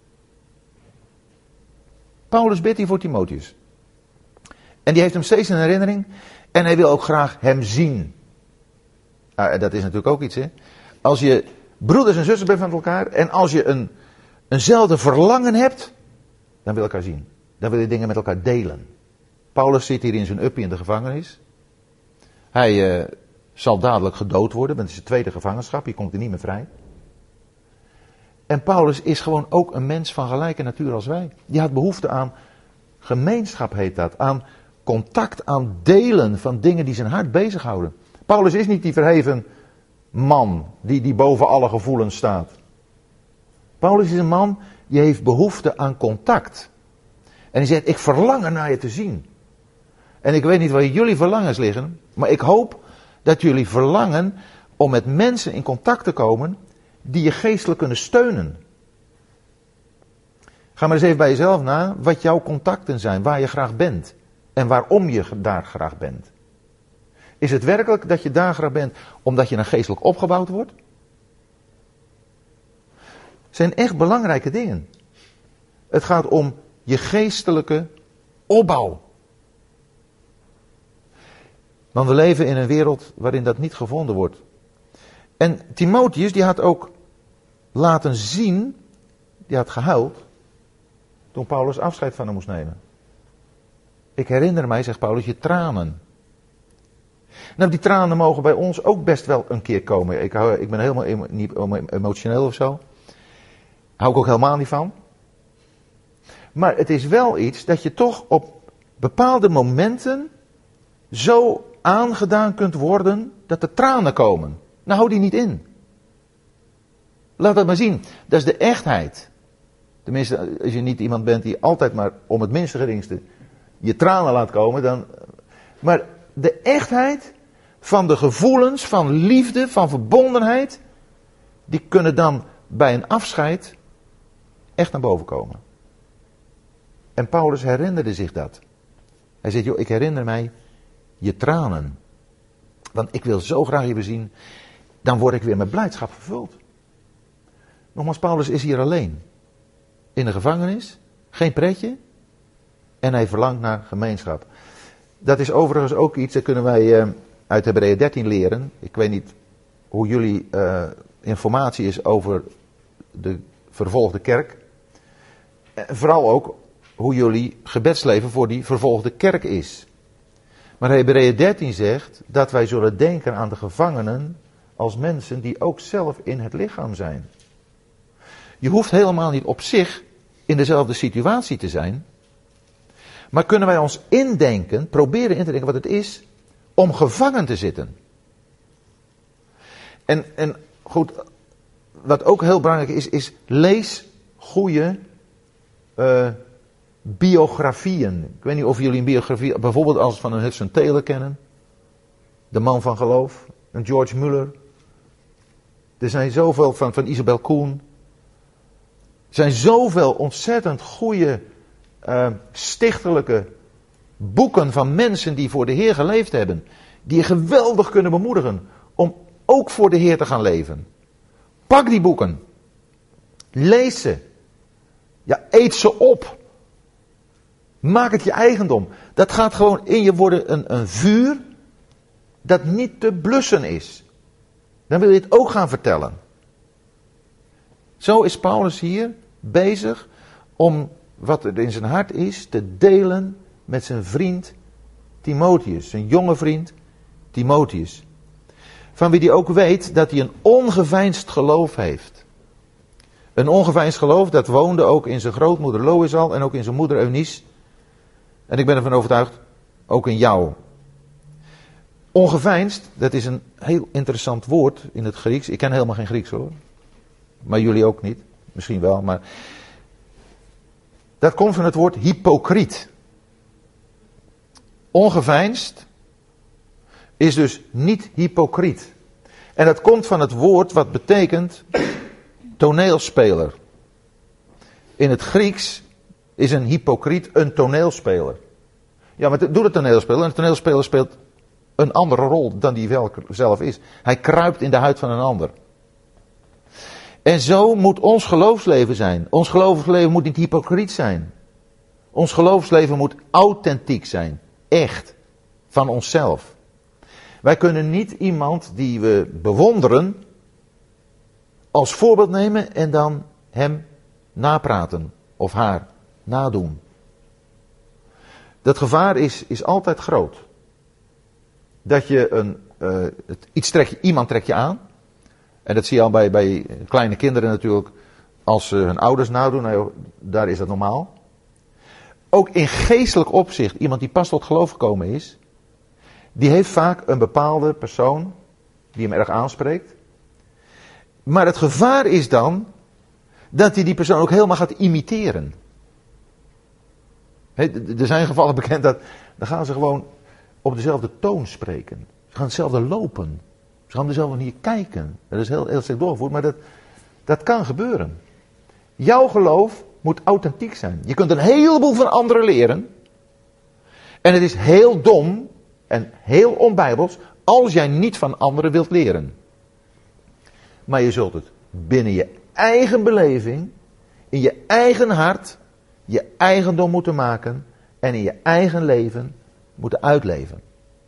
Paulus bidt hier voor Timotheus. En die heeft hem steeds in herinnering. En hij wil ook graag hem zien. Dat is natuurlijk ook iets, hè. Als je broeders en zusters bent van elkaar. En als je eenzelfde verlangen hebt. Dan wil je elkaar zien. Dan wil je dingen met elkaar delen. Paulus zit hier in zijn uppie in de gevangenis. Hij zal dadelijk gedood worden. Dat is zijn tweede gevangenschap. Hier komt hij niet meer vrij. En Paulus is gewoon ook een mens van gelijke natuur als wij. Die had behoefte aan gemeenschap, heet dat. Aan contact, aan delen van dingen die zijn hart bezighouden. Paulus is niet die verheven man die boven alle gevoelens staat. Paulus is een man die heeft behoefte aan contact. En hij zegt, ik verlang ernaar je te zien. En ik weet niet waar jullie verlangens liggen, maar ik hoop dat jullie verlangen om met mensen in contact te komen die je geestelijk kunnen steunen. Ga maar eens even bij jezelf na wat jouw contacten zijn, waar je graag bent en waarom je daar graag bent. Is het werkelijk dat je daar graag bent omdat je dan geestelijk opgebouwd wordt? Het zijn echt belangrijke dingen. Het gaat om je geestelijke opbouw. Want we leven in een wereld waarin dat niet gevonden wordt. En Timotheus die had ook laten zien, die had gehuild, toen Paulus afscheid van hem moest nemen. Ik herinner mij, zegt Paulus, je tranen. Nou, die tranen mogen bij ons ook best wel een keer komen. Ik ben helemaal niet emotioneel of zo. Hou ik ook helemaal niet van. Maar het is wel iets dat je toch op bepaalde momenten zo aangedaan kunt worden dat er tranen komen. Nou, hou die niet in. Laat dat maar zien. Dat is de echtheid. Tenminste, als je niet iemand bent die altijd maar om het minste geringste je tranen laat komen, dan... Maar de echtheid van de gevoelens, van liefde, van verbondenheid, die kunnen dan bij een afscheid echt naar boven komen. En Paulus herinnerde zich dat. Hij zegt, joh, ik herinner mij je tranen. Want ik wil zo graag je weer zien, dan word ik weer met blijdschap vervuld. Nogmaals, Paulus is hier alleen. In de gevangenis, geen pretje. En hij verlangt naar gemeenschap. Dat is overigens ook iets, dat kunnen wij uit Hebreeën 13 leren. Ik weet niet hoe jullie informatie is over de vervolgde kerk. Vooral ook hoe jullie gebedsleven voor die vervolgde kerk is. Maar Hebreeën 13 zegt dat wij zullen denken aan de gevangenen als mensen die ook zelf in het lichaam zijn. Je hoeft helemaal niet op zich in dezelfde situatie te zijn. Maar kunnen wij ons indenken, proberen in te denken wat het is om gevangen te zitten. En goed, wat ook heel belangrijk is lees goede biografieën. Ik weet niet of jullie een biografie, bijvoorbeeld als van een Hudson Taylor kennen. De man van geloof. Een George Muller. Er zijn zoveel van Isabel Koen. Er zijn zoveel ontzettend goede stichtelijke boeken van mensen die voor de Heer geleefd hebben. Die je geweldig kunnen bemoedigen om ook voor de Heer te gaan leven. Pak die boeken. Lees ze. Ja, eet ze op. Maak het je eigendom. Dat gaat gewoon in je worden een vuur dat niet te blussen is. Dan wil je het ook gaan vertellen. Zo is Paulus hier bezig om wat er in zijn hart is te delen met zijn vriend Timotheus. Zijn jonge vriend Timotheus. Van wie hij ook weet dat hij een ongeveinsd geloof heeft. Een ongeveinsd geloof, dat woonde ook in zijn grootmoeder Lois al en ook in zijn moeder Eunice. En ik ben ervan overtuigd, ook in jou. Ongeveinsd, dat is een heel interessant woord in het Grieks. Ik ken helemaal geen Grieks hoor. Maar jullie ook niet. Misschien wel, maar... Dat komt van het woord hypocriet. Ongeveinsd is dus niet hypocriet. En dat komt van het woord wat betekent toneelspeler. In het Grieks is een hypocriet een toneelspeler. Ja, maar doe de toneelspeler. En de toneelspeler speelt een andere rol dan die zelf is. Hij kruipt in de huid van een ander. En zo moet ons geloofsleven zijn. Ons geloofsleven moet niet hypocriet zijn. Ons geloofsleven moet authentiek zijn. Echt. Van onszelf. Wij kunnen niet iemand die we bewonderen als voorbeeld nemen en dan hem napraten of haar nadoen. Dat gevaar is altijd groot. Dat je iemand trek je aan. En dat zie je al bij kleine kinderen natuurlijk. Als ze hun ouders nadoen, nou, daar is dat normaal. Ook in geestelijk opzicht, iemand die pas tot geloof gekomen is. Die heeft vaak een bepaalde persoon die hem erg aanspreekt. Maar het gevaar is dan dat hij die persoon ook helemaal gaat imiteren. Er zijn gevallen bekend dat dan gaan ze gewoon op dezelfde toon spreken. Ze gaan hetzelfde lopen. Ze gaan op dezelfde manier kijken. Dat is heel sterk doorgevoerd, maar dat kan gebeuren. Jouw geloof moet authentiek zijn. Je kunt een heleboel van anderen leren. En het is heel dom en heel onbijbels als jij niet van anderen wilt leren. Maar je zult het binnen je eigen beleving, in je eigen hart, je eigendom moeten maken en in je eigen leven moeten uitleven.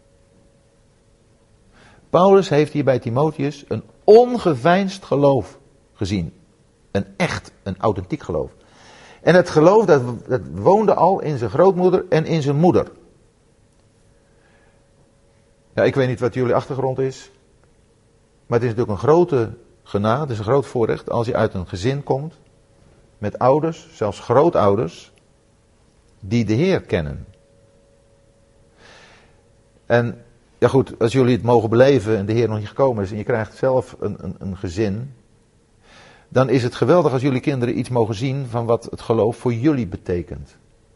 Paulus heeft hier bij Timotheus een ongeveinsd geloof gezien. Een authentiek geloof. En het geloof dat woonde al in zijn grootmoeder en in zijn moeder. Ja, ik weet niet wat jullie achtergrond is. Maar het is natuurlijk een grote genade, het is een groot voorrecht als je uit een gezin komt. Met ouders, zelfs grootouders, die de Heer kennen. En ja goed, als jullie het mogen beleven en de Heer nog niet gekomen is en je krijgt zelf een gezin. Dan is het geweldig als jullie kinderen iets mogen zien van wat het geloof voor jullie betekent.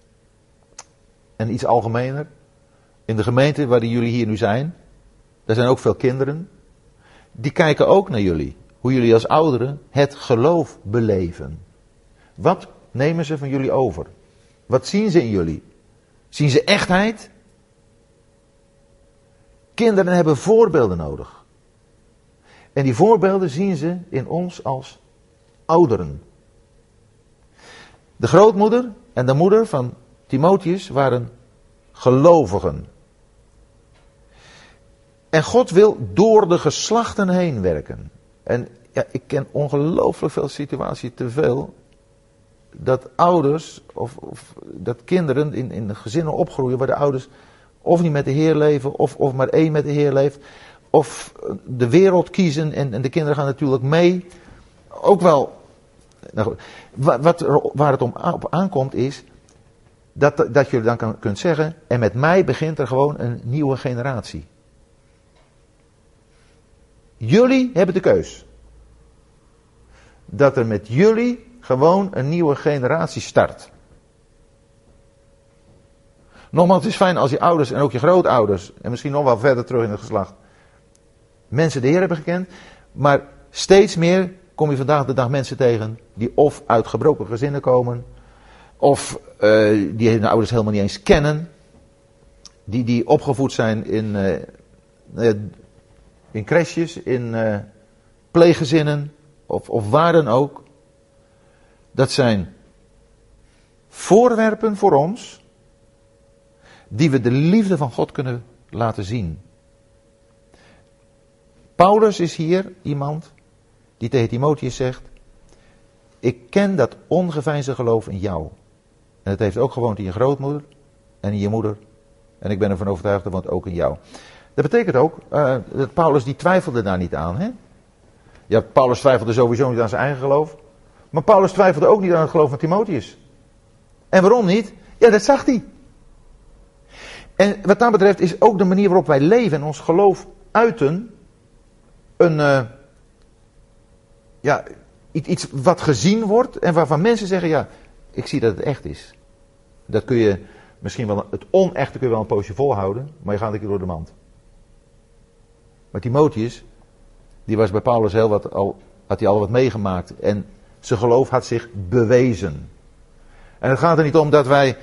En iets algemener. In de gemeente waar jullie hier nu zijn, daar zijn ook veel kinderen. Die kijken ook naar jullie. Hoe jullie als ouderen het geloof beleven. Wat nemen ze van jullie over? Wat zien ze in jullie? Zien ze echtheid? Kinderen hebben voorbeelden nodig. En die voorbeelden zien ze in ons als ouderen. De grootmoeder en de moeder van Timotheus waren gelovigen. En God wil door de geslachten heen werken. En ja, ik ken ongelooflijk veel situaties, te veel, dat ouders of dat kinderen in gezinnen opgroeien waar de ouders of niet met de Heer leven, of maar één met de Heer leeft, of de wereld kiezen en de kinderen gaan natuurlijk mee. Ook wel, nou goed, waar het op aankomt is, dat je dan kunt zeggen, en met mij begint er gewoon een nieuwe generatie. Jullie hebben de keus. Dat er met jullie gewoon een nieuwe generatie start. Nogmaals, het is fijn als je ouders en ook je grootouders, en misschien nog wel verder terug in het geslacht, mensen de Heer hebben gekend. Maar steeds meer kom je vandaag de dag mensen tegen die of uit gebroken gezinnen komen, of die hun ouders helemaal niet eens kennen. Die opgevoed zijn in crèches, in pleeggezinnen, of waar dan ook. Dat zijn voorwerpen voor ons, die we de liefde van God kunnen laten zien. Paulus is hier iemand die tegen Timotheus zegt, ik ken dat ongeveinsde geloof in jou. En het heeft ook gewoond in je grootmoeder en in je moeder. En ik ben ervan overtuigd, dat woont ook in jou. Dat betekent ook, dat Paulus die twijfelde daar niet aan. Hè? Ja, Paulus twijfelde sowieso niet aan zijn eigen geloof. Maar Paulus twijfelde ook niet aan het geloof van Timotheus. En waarom niet? Ja, dat zag hij. En wat dat betreft is ook de manier waarop wij leven en ons geloof uiten iets wat gezien wordt en waarvan mensen zeggen, ja, ik zie dat het echt is. Dat kun je misschien wel, het onechte kun je wel een poosje volhouden, maar je gaat een keer door de mand. Maar Timotheus, die was bij Paulus had hij al wat meegemaakt en zijn geloof had zich bewezen. En het gaat er niet om dat wij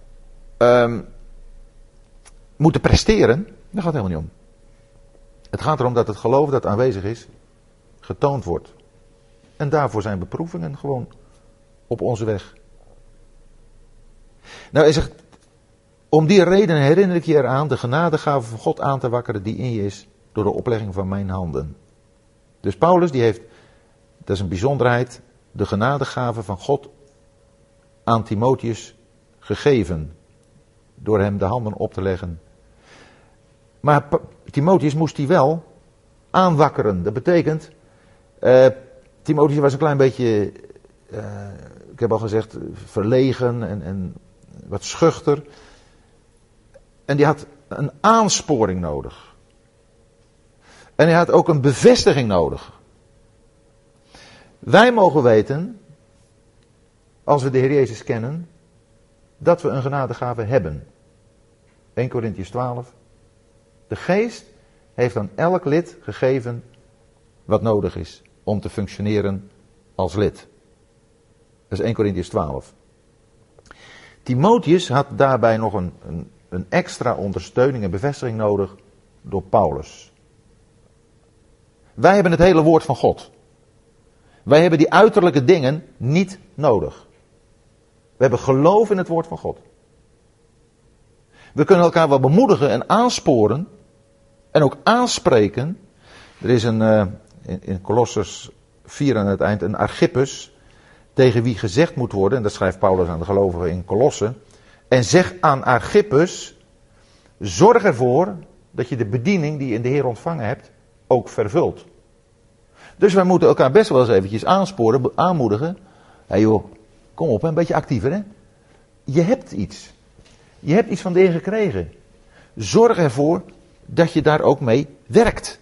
moeten presteren, daar gaat het helemaal niet om. Het gaat erom dat het geloof dat aanwezig is, getoond wordt. En daarvoor zijn beproevingen gewoon op onze weg. Nou, hij zegt, om die reden herinner ik je eraan de genadegave van God aan te wakkeren die in je is door de oplegging van mijn handen. Dus Paulus die heeft, dat is een bijzonderheid, de genadegave van God aan Timotheus gegeven. Door hem de handen op te leggen. Maar Timotheus moest die wel aanwakkeren. Dat betekent, Timotheus was een klein beetje, ik heb al gezegd, verlegen en wat schuchter. En die had een aansporing nodig. En hij had ook een bevestiging nodig. Wij mogen weten, als we de Heer Jezus kennen, dat we een genadegave hebben. 1 Korintiërs 12. De geest heeft aan elk lid gegeven wat nodig is om te functioneren als lid. Dat is 1 Korintiërs 12. Timotheus had daarbij nog een extra ondersteuning en bevestiging nodig door Paulus. Wij hebben het hele woord van God. Wij hebben die uiterlijke dingen niet nodig. We hebben geloof in het woord van God. We kunnen elkaar wel bemoedigen en aansporen. En ook aanspreken. Er is in Kolossers 4 aan het eind een Archippus. Tegen wie gezegd moet worden. En dat schrijft Paulus aan de gelovigen in Kolossen. En zeg aan Archippus. Zorg ervoor dat je de bediening die je in de Heer ontvangen hebt, ook vervult. Dus wij moeten elkaar best wel eens eventjes aansporen, aanmoedigen. Hé joh, kom op, een beetje actiever hè. Je hebt iets. Je hebt iets van de Heer gekregen. Zorg ervoor dat je daar ook mee werkt.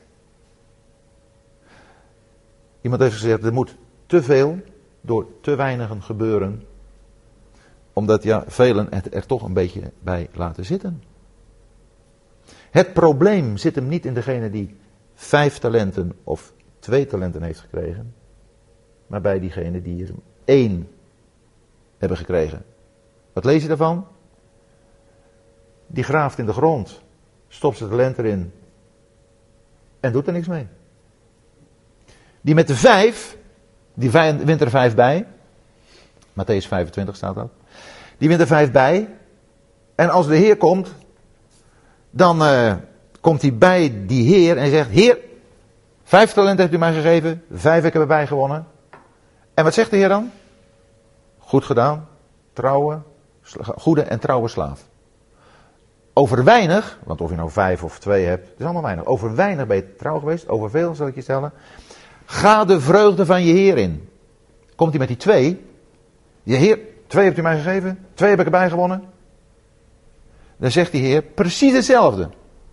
Iemand heeft gezegd, er moet te veel door te weinigen gebeuren. Omdat velen het er toch een beetje bij laten zitten. Het probleem zit hem niet in degene die 5 talenten of 2 talenten heeft gekregen. Maar bij diegene die er 1 hebben gekregen. Wat lees je daarvan? Die graaft in de grond, stopt zijn talent erin en doet er niks mee. Die met de 5, die wint er 5 bij. Mattheüs 25 staat dat. Die wint er 5 bij. En als de Heer komt, dan komt hij bij die Heer en zegt, Heer, 5 talenten heeft u mij gegeven, 5 heb ik erbij gewonnen. En wat zegt de Heer dan? Goed gedaan, goede en trouwe slaaf. Over weinig, want of je nou 5 of 2 hebt, is allemaal weinig. Over weinig ben je trouw geweest, over veel zal ik je stellen. Ga de vreugde van je Heer in. Komt hij met die 2. Je Heer, 2 hebt u mij gegeven, 2 heb ik erbij gewonnen. Dan zegt die Heer precies hetzelfde.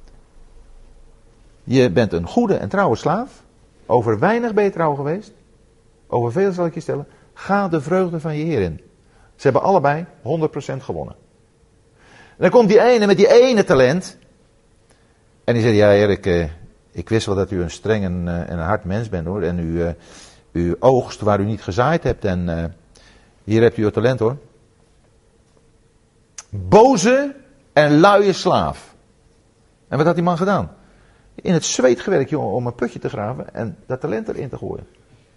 Je bent een goede en trouwe slaaf. Over weinig ben je trouw geweest. Over veel zal ik je stellen. Ga de vreugde van je Heer in. Ze hebben allebei 100% gewonnen. En dan komt die ene met die ene talent. En die zegt, ja Heer, ik wist wel dat u een streng en een hard mens bent hoor. En u oogst waar u niet gezaaid hebt. En hier hebt u uw talent hoor. Boze en luie slaaf. En wat had die man gedaan? In het zweet gewerkt joh, om een putje te graven en dat talent erin te gooien.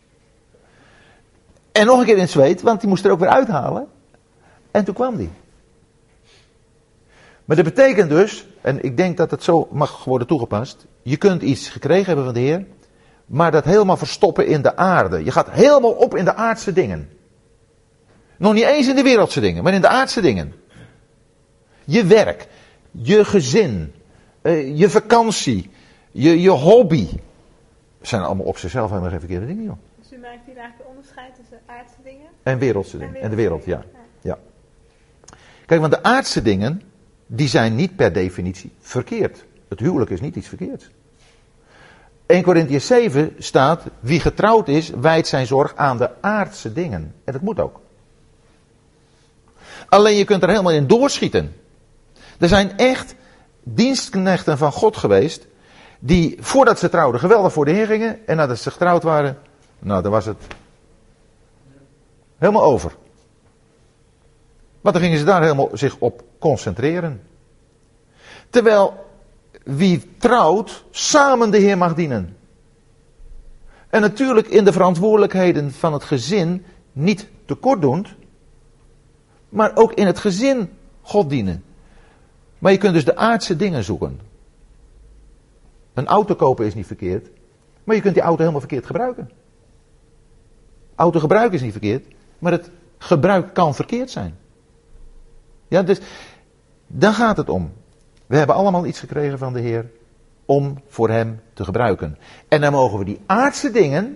En nog een keer in het zweet, want die moest er ook weer uithalen. En toen kwam die. Maar dat betekent dus, en ik denk dat het zo mag worden toegepast. Je kunt iets gekregen hebben van de Heer, maar dat helemaal verstoppen in de aarde. Je gaat helemaal op in de aardse dingen. Nog niet eens in de wereldse dingen, maar in de aardse dingen. Je werk, je gezin, je vakantie, je hobby. Zijn allemaal op zichzelf helemaal geen verkeerde dingen, joh. Dus u maakt hier eigenlijk onderscheid tussen aardse dingen en wereldse dingen. En de wereld, ja. Kijk, want de aardse dingen, die zijn niet per definitie verkeerd. Het huwelijk is niet iets verkeerds. 1 Korintiërs 7 staat, wie getrouwd is, wijdt zijn zorg aan de aardse dingen. En dat moet ook. Alleen je kunt er helemaal in doorschieten. Er zijn echt dienstknechten van God geweest, die voordat ze trouwden geweldig voor de Heer gingen, en nadat ze getrouwd waren, nou dan was het helemaal over. Want dan gingen ze daar helemaal zich op concentreren. Terwijl wie trouwt, samen de Heer mag dienen. En natuurlijk in de verantwoordelijkheden van het gezin niet tekortdoend, maar ook in het gezin God dienen. Maar je kunt dus de aardse dingen zoeken. Een auto kopen is niet verkeerd, maar je kunt die auto helemaal verkeerd gebruiken. Auto gebruiken is niet verkeerd, maar het gebruik kan verkeerd zijn. Ja, dus daar gaat het om. We hebben allemaal iets gekregen van de Heer om voor Hem te gebruiken. En dan mogen we die aardse dingen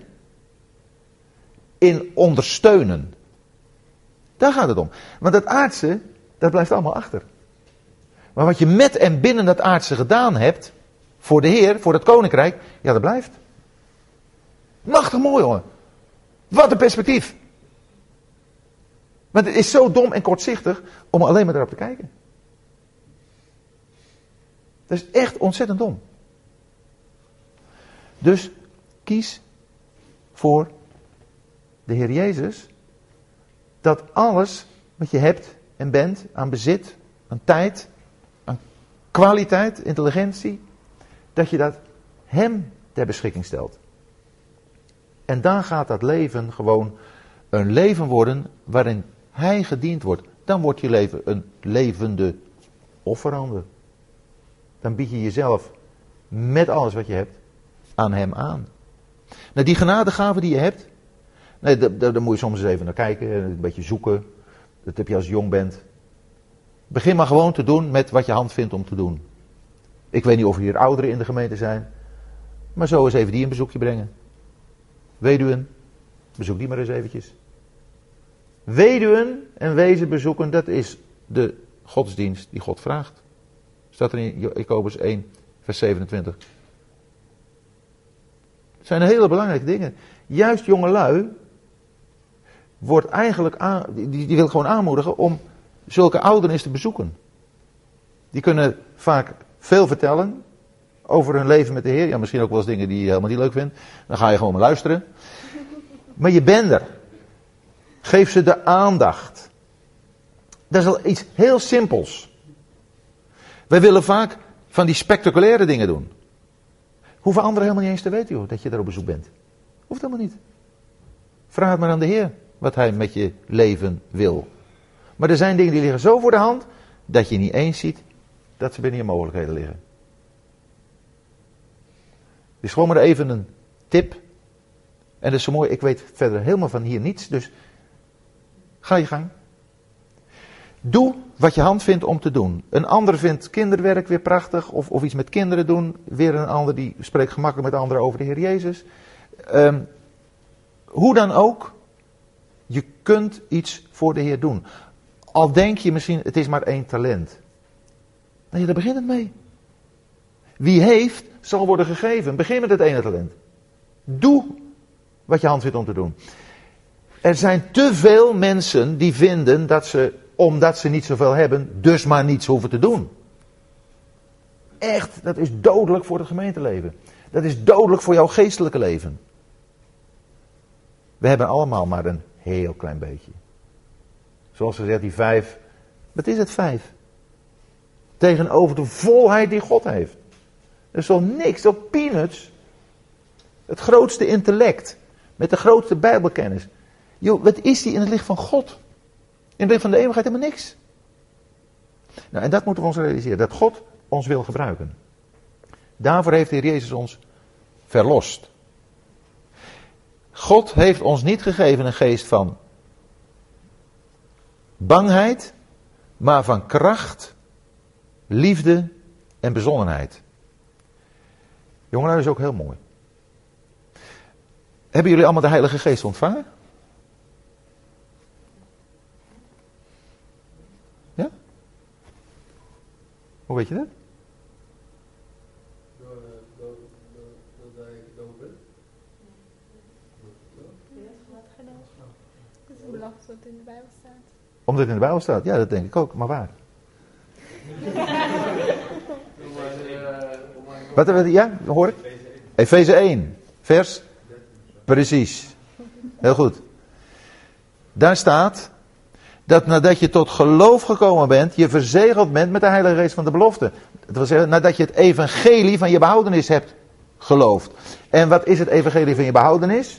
in ondersteunen. Daar gaat het om. Want dat aardse, dat blijft allemaal achter. Maar wat je met en binnen dat aardse gedaan hebt, voor de Heer, voor het koninkrijk, ja dat blijft. Machtig mooi jongen. Wat een perspectief. Maar het is zo dom en kortzichtig om alleen maar erop te kijken. Dat is echt ontzettend dom. Dus kies voor de Heer Jezus. Dat alles wat je hebt en bent aan bezit, aan tijd, aan kwaliteit, intelligentie, dat je dat Hem ter beschikking stelt. En dan gaat dat leven gewoon een leven worden waarin Hij gediend wordt. Dan wordt je leven een levende offerande. Dan bied je jezelf met alles wat je hebt aan Hem aan. Nou, die genadegave die je hebt, nee, daar moet je soms eens even naar kijken, een beetje zoeken. Dat heb je als je jong bent. Begin maar gewoon te doen met wat je hand vindt om te doen. Ik weet niet of er hier ouderen in de gemeente zijn. Maar zo eens even die een bezoekje brengen. Weduwen, bezoek die maar eens eventjes. Weduwen en wezen bezoeken, dat is de godsdienst die God vraagt. Staat er in Jacobus 1, vers 27. Het zijn hele belangrijke dingen. Juist jongelui wordt eigenlijk die wil gewoon aanmoedigen om zulke ouderen eens te bezoeken. Die kunnen vaak veel vertellen over hun leven met de Heer. Ja, misschien ook wel eens dingen die je helemaal niet leuk vindt. Dan ga je gewoon maar luisteren. Maar je bent er. Geef ze de aandacht. Dat is al iets heel simpels. Wij willen vaak van die spectaculaire dingen doen. Hoeven anderen helemaal niet eens te weten, joh, dat je daar op bezoek bent. Hoeft helemaal niet. Vraag het maar aan de Heer wat Hij met je leven wil. Maar er zijn dingen die liggen zo voor de hand dat je niet eens ziet dat ze binnen je mogelijkheden liggen. Dus gewoon maar even een tip. En dat is zo mooi, ik weet verder helemaal van hier niets, dus ga je gang. Doe wat je hand vindt om te doen. Een ander vindt kinderwerk weer prachtig, of iets met kinderen doen. Weer een ander die spreekt gemakkelijk met anderen over de Heer Jezus. Hoe dan ook, je kunt iets voor de Heer doen. Al denk je misschien, het is maar 1 talent. Nee, daar begint het mee. Wie heeft, zal worden gegeven. Begin met het ene talent. Doe wat je hand vindt om te doen. Er zijn te veel mensen die vinden dat ze, omdat ze niet zoveel hebben, dus maar niets hoeven te doen. Echt, dat is dodelijk voor het gemeenteleven. Dat is dodelijk voor jouw geestelijke leven. We hebben allemaal maar een heel klein beetje. Zoals ze zegt, die 5. Wat is het 5? Tegenover de volheid die God heeft. Dat is wel niks, dat is peanuts. Het grootste intellect. Met de grootste bijbelkennis. Joh, wat is die in het licht van God? In het licht van de eeuwigheid helemaal niks. Nou, en dat moeten we ons realiseren. Dat God ons wil gebruiken. Daarvoor heeft de Heer Jezus ons verlost. God heeft ons niet gegeven een geest van bangheid, maar van kracht, liefde en bezonnenheid. Jongelui, is ook heel mooi. Hebben jullie allemaal de Heilige Geest ontvangen? Ja? Hoe weet je dat? Dat hij gedoopt bent. Dat is een belofte wat in de Bijbel staat. Omdat het in de Bijbel staat? Ja, dat denk ik ook, maar waar? Wat hebben we? Ja, hoor ik? Efeze 1, vers. Precies. Heel goed. Daar staat dat nadat je tot geloof gekomen bent, je verzegeld bent met de Heilige Geest van de belofte. Dat wil zeggen, nadat je het evangelie van je behoudenis hebt geloofd. En wat is het evangelie van je behoudenis?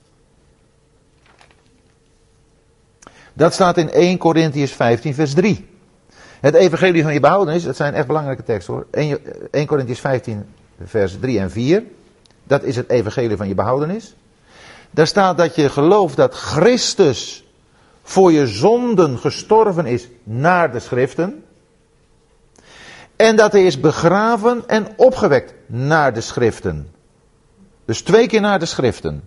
Dat staat in 1 Korintiërs 15 vers 3. Het evangelie van je behoudenis, dat zijn echt belangrijke teksten hoor. 1 Korintiërs 15 vers 3 en 4. Dat is het evangelie van je behoudenis. Daar staat dat je gelooft dat Christus voor je zonden gestorven is naar de schriften. En dat hij is begraven en opgewekt naar de schriften. Dus 2 keer naar de schriften.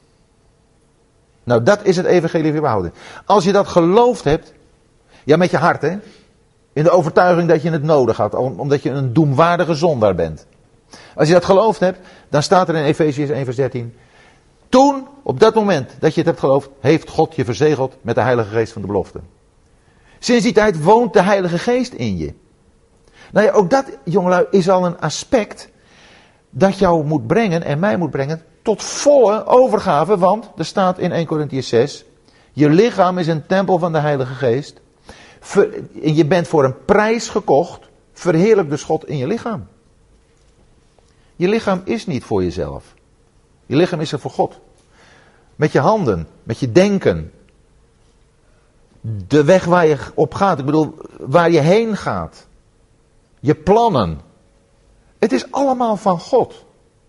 Nou, dat is het evangelie van je behoudenis. Als je dat geloofd hebt, ja met je hart hè. In de overtuiging dat je het nodig had, omdat je een doemwaardige zondaar bent. Als je dat geloofd hebt, dan staat er in Efeziërs 1 vers 13. Toen, op dat moment dat je het hebt geloofd, heeft God je verzegeld met de Heilige Geest van de belofte. Sinds die tijd woont de Heilige Geest in je. Nou ja, ook dat, jongelui, is al een aspect dat jou moet brengen en mij moet brengen tot volle overgave. Want er staat in 1 Korintiërs 6, je lichaam is een tempel van de Heilige Geest. Je bent voor een prijs gekocht, verheerlijk dus God in je lichaam. Je lichaam is niet voor jezelf. Je lichaam is er voor God. Met je handen, met je denken. De weg waar je op gaat, ik bedoel, waar je heen gaat. Je plannen. Het is allemaal van God.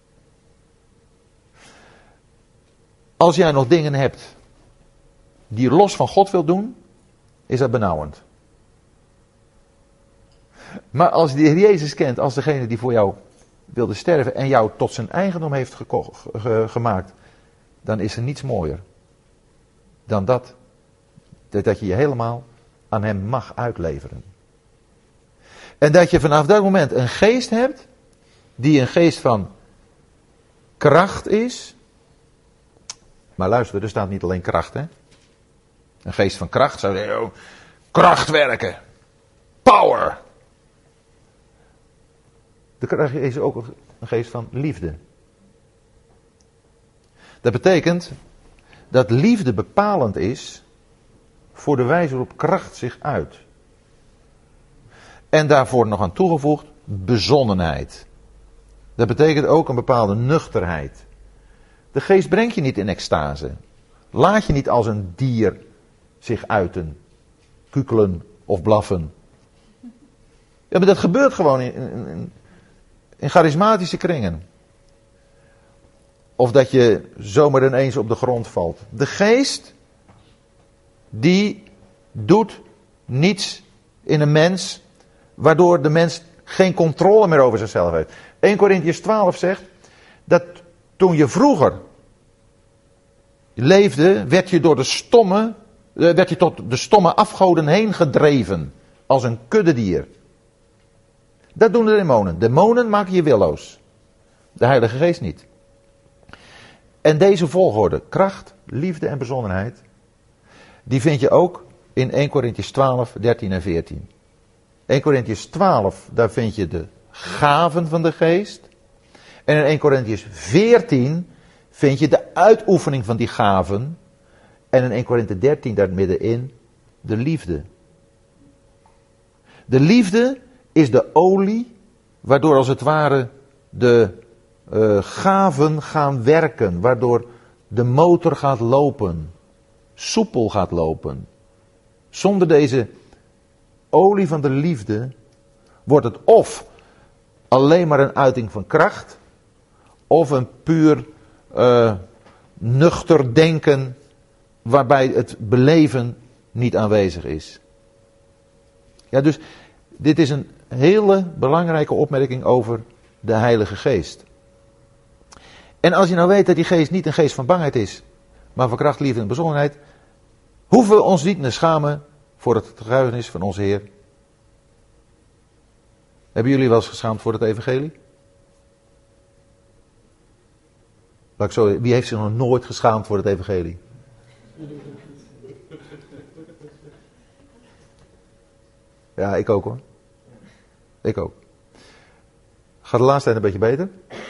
Als jij nog dingen hebt die je los van God wilt doen, is dat benauwend. Maar als je de Heer Jezus kent als degene die voor jou wilde sterven en jou tot zijn eigendom heeft gemaakt, dan is er niets mooier dan dat je je helemaal aan hem mag uitleveren. En dat je vanaf dat moment een geest hebt, die een geest van kracht is. Maar luister, er staat niet alleen kracht, hè. Een geest van kracht zou zeggen, oh, kracht werken. Power. De kracht is ook een geest van liefde. Dat betekent dat liefde bepalend is voor de wijze waarop kracht zich uit. En daarvoor nog aan toegevoegd bezonnenheid. Dat betekent ook een bepaalde nuchterheid. De geest brengt je niet in extase. Laat je niet als een dier zich uiten, kukelen of blaffen. Ja, maar dat gebeurt gewoon in charismatische kringen. Of dat je zomaar ineens op de grond valt. De geest, die doet niets in een mens, waardoor de mens geen controle meer over zichzelf heeft. 1 Korintiërs 12 zegt, dat toen je vroeger leefde, werd je tot de stomme afgoden heen gedreven. Als een kuddedier. Dat doen de demonen. Demonen maken je willoos. De Heilige Geest niet. En deze volgorde, kracht, liefde en bezonnenheid, die vind je ook in 1 Korintiërs 12, 13 en 14. 1 Korintiërs 12, daar vind je de gaven van de geest. En in 1 Korintiërs 14 vind je de uitoefening van die gaven. En in 1 Korinthe 13 daar middenin de liefde. De liefde is de olie waardoor als het ware de gaven gaan werken. Waardoor de motor gaat lopen. Soepel gaat lopen. Zonder deze olie van de liefde wordt het of alleen maar een uiting van kracht. Of een puur nuchter denken waarbij het beleven niet aanwezig is. Ja, dus dit is een hele belangrijke opmerking over de Heilige Geest. En als je nou weet dat die geest niet een geest van bangheid is, maar van kracht, liefde en bezonnenheid, hoeven we ons niet te schamen voor het getuigenis van onze Heer. Hebben jullie wel eens geschaamd voor het evangelie? Wie heeft zich nog nooit geschaamd voor het evangelie? Ja, ik ook hoor. Ik ook. Gaat de laatste tijd een beetje beter?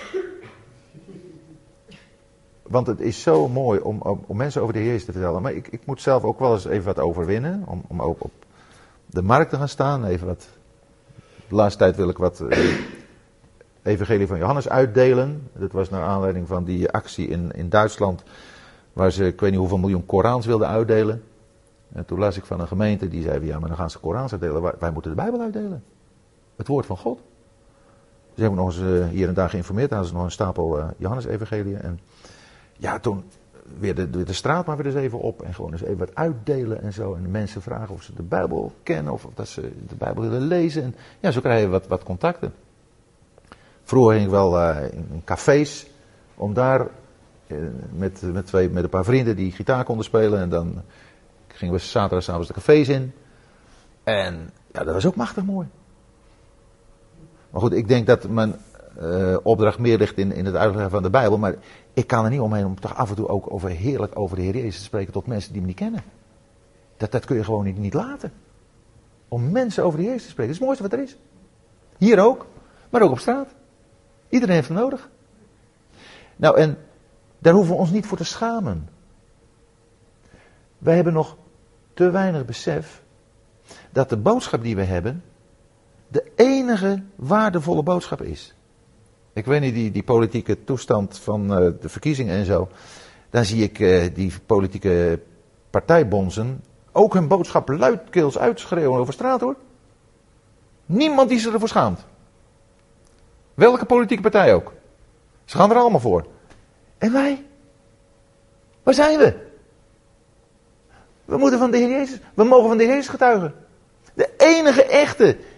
Want het is zo mooi om mensen over de Heer Jezus te vertellen. Maar ik moet zelf ook wel eens even wat overwinnen. Om ook op de markt te gaan staan. Even wat. De laatste tijd wil ik wat evangelie van Johannes uitdelen. Dat was naar aanleiding van die actie in Duitsland. Waar ze, ik weet niet hoeveel miljoen Korans wilden uitdelen. En toen las ik van een gemeente die zei, ja, maar dan gaan ze Korans uitdelen. Wij moeten de Bijbel uitdelen. Het woord van God. Ze hebben nog eens hier en daar geïnformeerd. Daar hadden ze nog een stapel Johannes-evangelieën. En ja, toen weer de straat maar weer eens even op. En gewoon eens even wat uitdelen en zo. En de mensen vragen of ze de Bijbel kennen. Of dat ze de Bijbel willen lezen. En ja, zo krijg je wat contacten. Vroeger ging ik wel in cafés. Om daar met een paar vrienden die gitaar konden spelen. En dan gingen we zaterdagavond de cafés in. En ja, dat was ook machtig mooi. Maar goed, ik denk dat mijn opdracht meer ligt in het uitleggen van de Bijbel. Maar ik kan er niet omheen om toch af en toe ook heerlijk over de Heer Jezus te spreken tot mensen die me niet kennen. Dat kun je gewoon niet laten. Om mensen over de Heer Jezus te spreken. Dat is het mooiste wat er is. Hier ook, maar ook op straat. Iedereen heeft hem nodig. Nou, en daar hoeven we ons niet voor te schamen. Wij hebben nog te weinig besef dat de boodschap die we hebben de enige waardevolle boodschap is. Ik weet niet, die politieke toestand van de verkiezingen en zo. Dan zie ik die politieke partijbonzen ook hun boodschap luidkeels uitschreeuwen over straat hoor. Niemand die zich ervoor schaamt. Welke politieke partij ook. Ze gaan er allemaal voor. En wij? Waar zijn we? We moeten van de Heer Jezus, we mogen van de Heer Jezus getuigen. De enige echte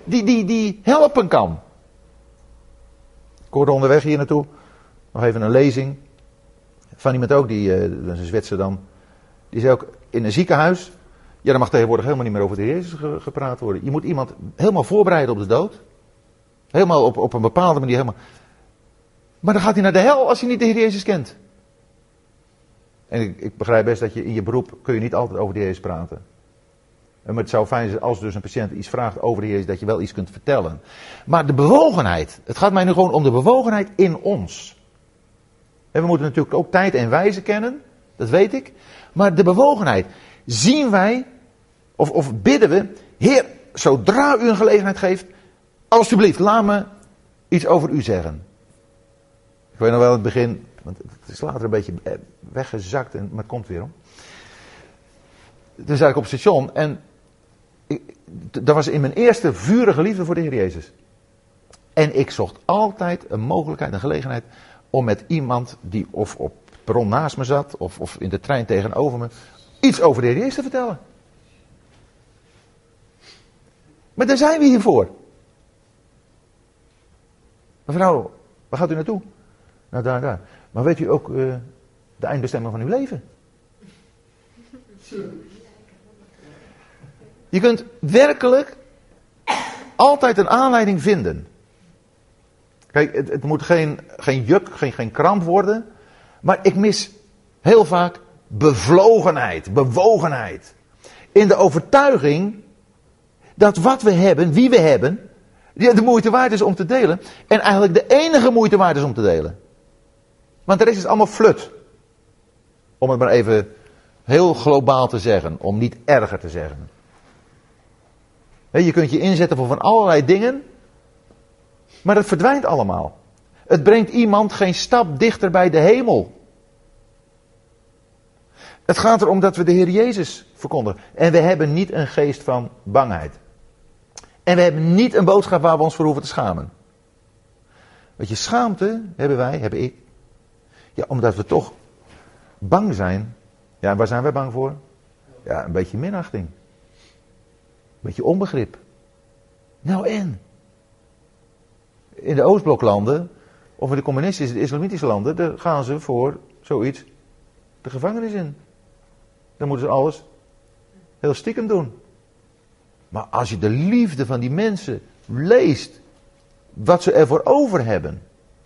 die helpen kan. Ik hoorde onderweg hier naartoe nog even een lezing van iemand ook, dat is een Zwitser dan. Die zei ook, in een ziekenhuis, ja, dan mag tegenwoordig helemaal niet meer over de Heer Jezus gepraat worden. Je moet iemand helemaal voorbereiden op de dood. Helemaal op een bepaalde manier. Maar dan gaat hij naar de hel als hij niet de Heer Jezus kent. En ik begrijp best dat je in je beroep kun je niet altijd over de Heer Jezus praten. Maar het zou fijn zijn als dus een patiënt iets vraagt over de Heer Jezus, dat je wel iets kunt vertellen. Maar de bewogenheid, het gaat mij nu gewoon om de bewogenheid in ons. En we moeten natuurlijk ook tijd en wijze kennen, dat weet ik. Maar de bewogenheid, zien wij, of bidden we, Heer, zodra u een gelegenheid geeft, alstublieft, laat me iets over u zeggen. Ik weet nog wel in het begin, want het is later een beetje weggezakt, maar het komt weer om. Toen zat ik op het station en dat was in mijn eerste vurige liefde voor de Heer Jezus. En ik zocht altijd een mogelijkheid, een gelegenheid om met iemand die of op het perron naast me zat of in de trein tegenover me iets over de Heer Jezus te vertellen. Maar daar zijn we hier voor. Mevrouw, waar gaat u naartoe? Nou, daar. Maar weet u ook de eindbestemming van uw leven? Je kunt werkelijk altijd een aanleiding vinden. Kijk, het moet geen juk, geen kramp worden. Maar ik mis heel vaak bevlogenheid, bewogenheid. In de overtuiging dat wat we hebben, wie we hebben, de moeite waard is om te delen. En eigenlijk de enige moeite waard is om te delen. Want de rest is allemaal flut. Om het maar even heel globaal te zeggen, om niet erger te zeggen. Je kunt je inzetten voor van allerlei dingen, maar het verdwijnt allemaal. Het brengt iemand geen stap dichter bij de hemel. Het gaat erom dat we de Heer Jezus verkondigen. En we hebben niet een geest van bangheid. En we hebben niet een boodschap waar we ons voor hoeven te schamen. Weet je, schaamte heb ik. Ja, omdat we toch bang zijn. Ja, waar zijn wij bang voor? Ja, een beetje minachting. Een beetje onbegrip. Nou en? In de Oostbloklanden, of in de communistische, de islamitische landen, daar gaan ze voor zoiets de gevangenis in. Dan moeten ze alles heel stiekem doen. Maar als je de liefde van die mensen leest, wat ze ervoor over hebben.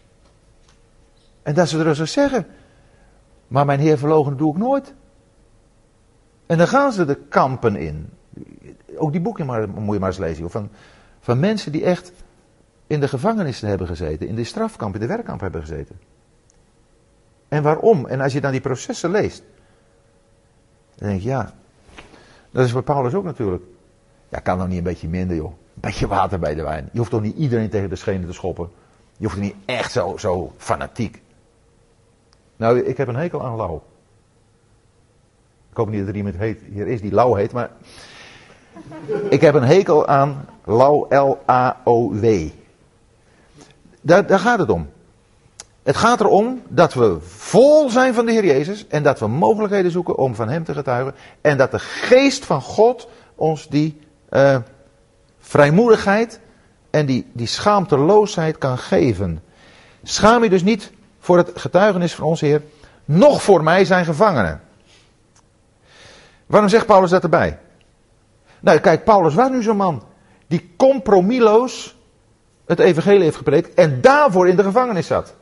En dat ze er zo zeggen, maar mijn Heer verloochenen doe ik nooit. En dan gaan ze de kampen in. Ook die boeken moet je maar eens lezen. Van mensen die echt in de gevangenissen hebben gezeten. In de strafkamp, in de werkkamp hebben gezeten. En waarom? En als je dan die processen leest. Dan denk je, ja. Dat is voor Paulus ook natuurlijk. Ja, kan nou niet een beetje minder, joh. Een beetje water bij de wijn. Je hoeft toch niet iedereen tegen de schenen te schoppen. Je hoeft niet echt zo fanatiek. Nou, ik heb een hekel aan lauw. Ik hoop niet dat er iemand hier is die lauw heet, maar... Ik heb een hekel aan lauw, L-A-O-W. Daar gaat het om. Het gaat erom dat we vol zijn van de Heer Jezus en dat we mogelijkheden zoeken om van Hem te getuigen. En dat de geest van God ons die vrijmoedigheid en die schaamteloosheid kan geven. Schaam je dus niet voor het getuigenis van onze Heer, noch voor mij zijn gevangenen. Waarom zegt Paulus dat erbij? Nou, kijk, Paulus was nu zo'n man die compromisloos het evangelie heeft gepredikt en daarvoor in de gevangenis zat.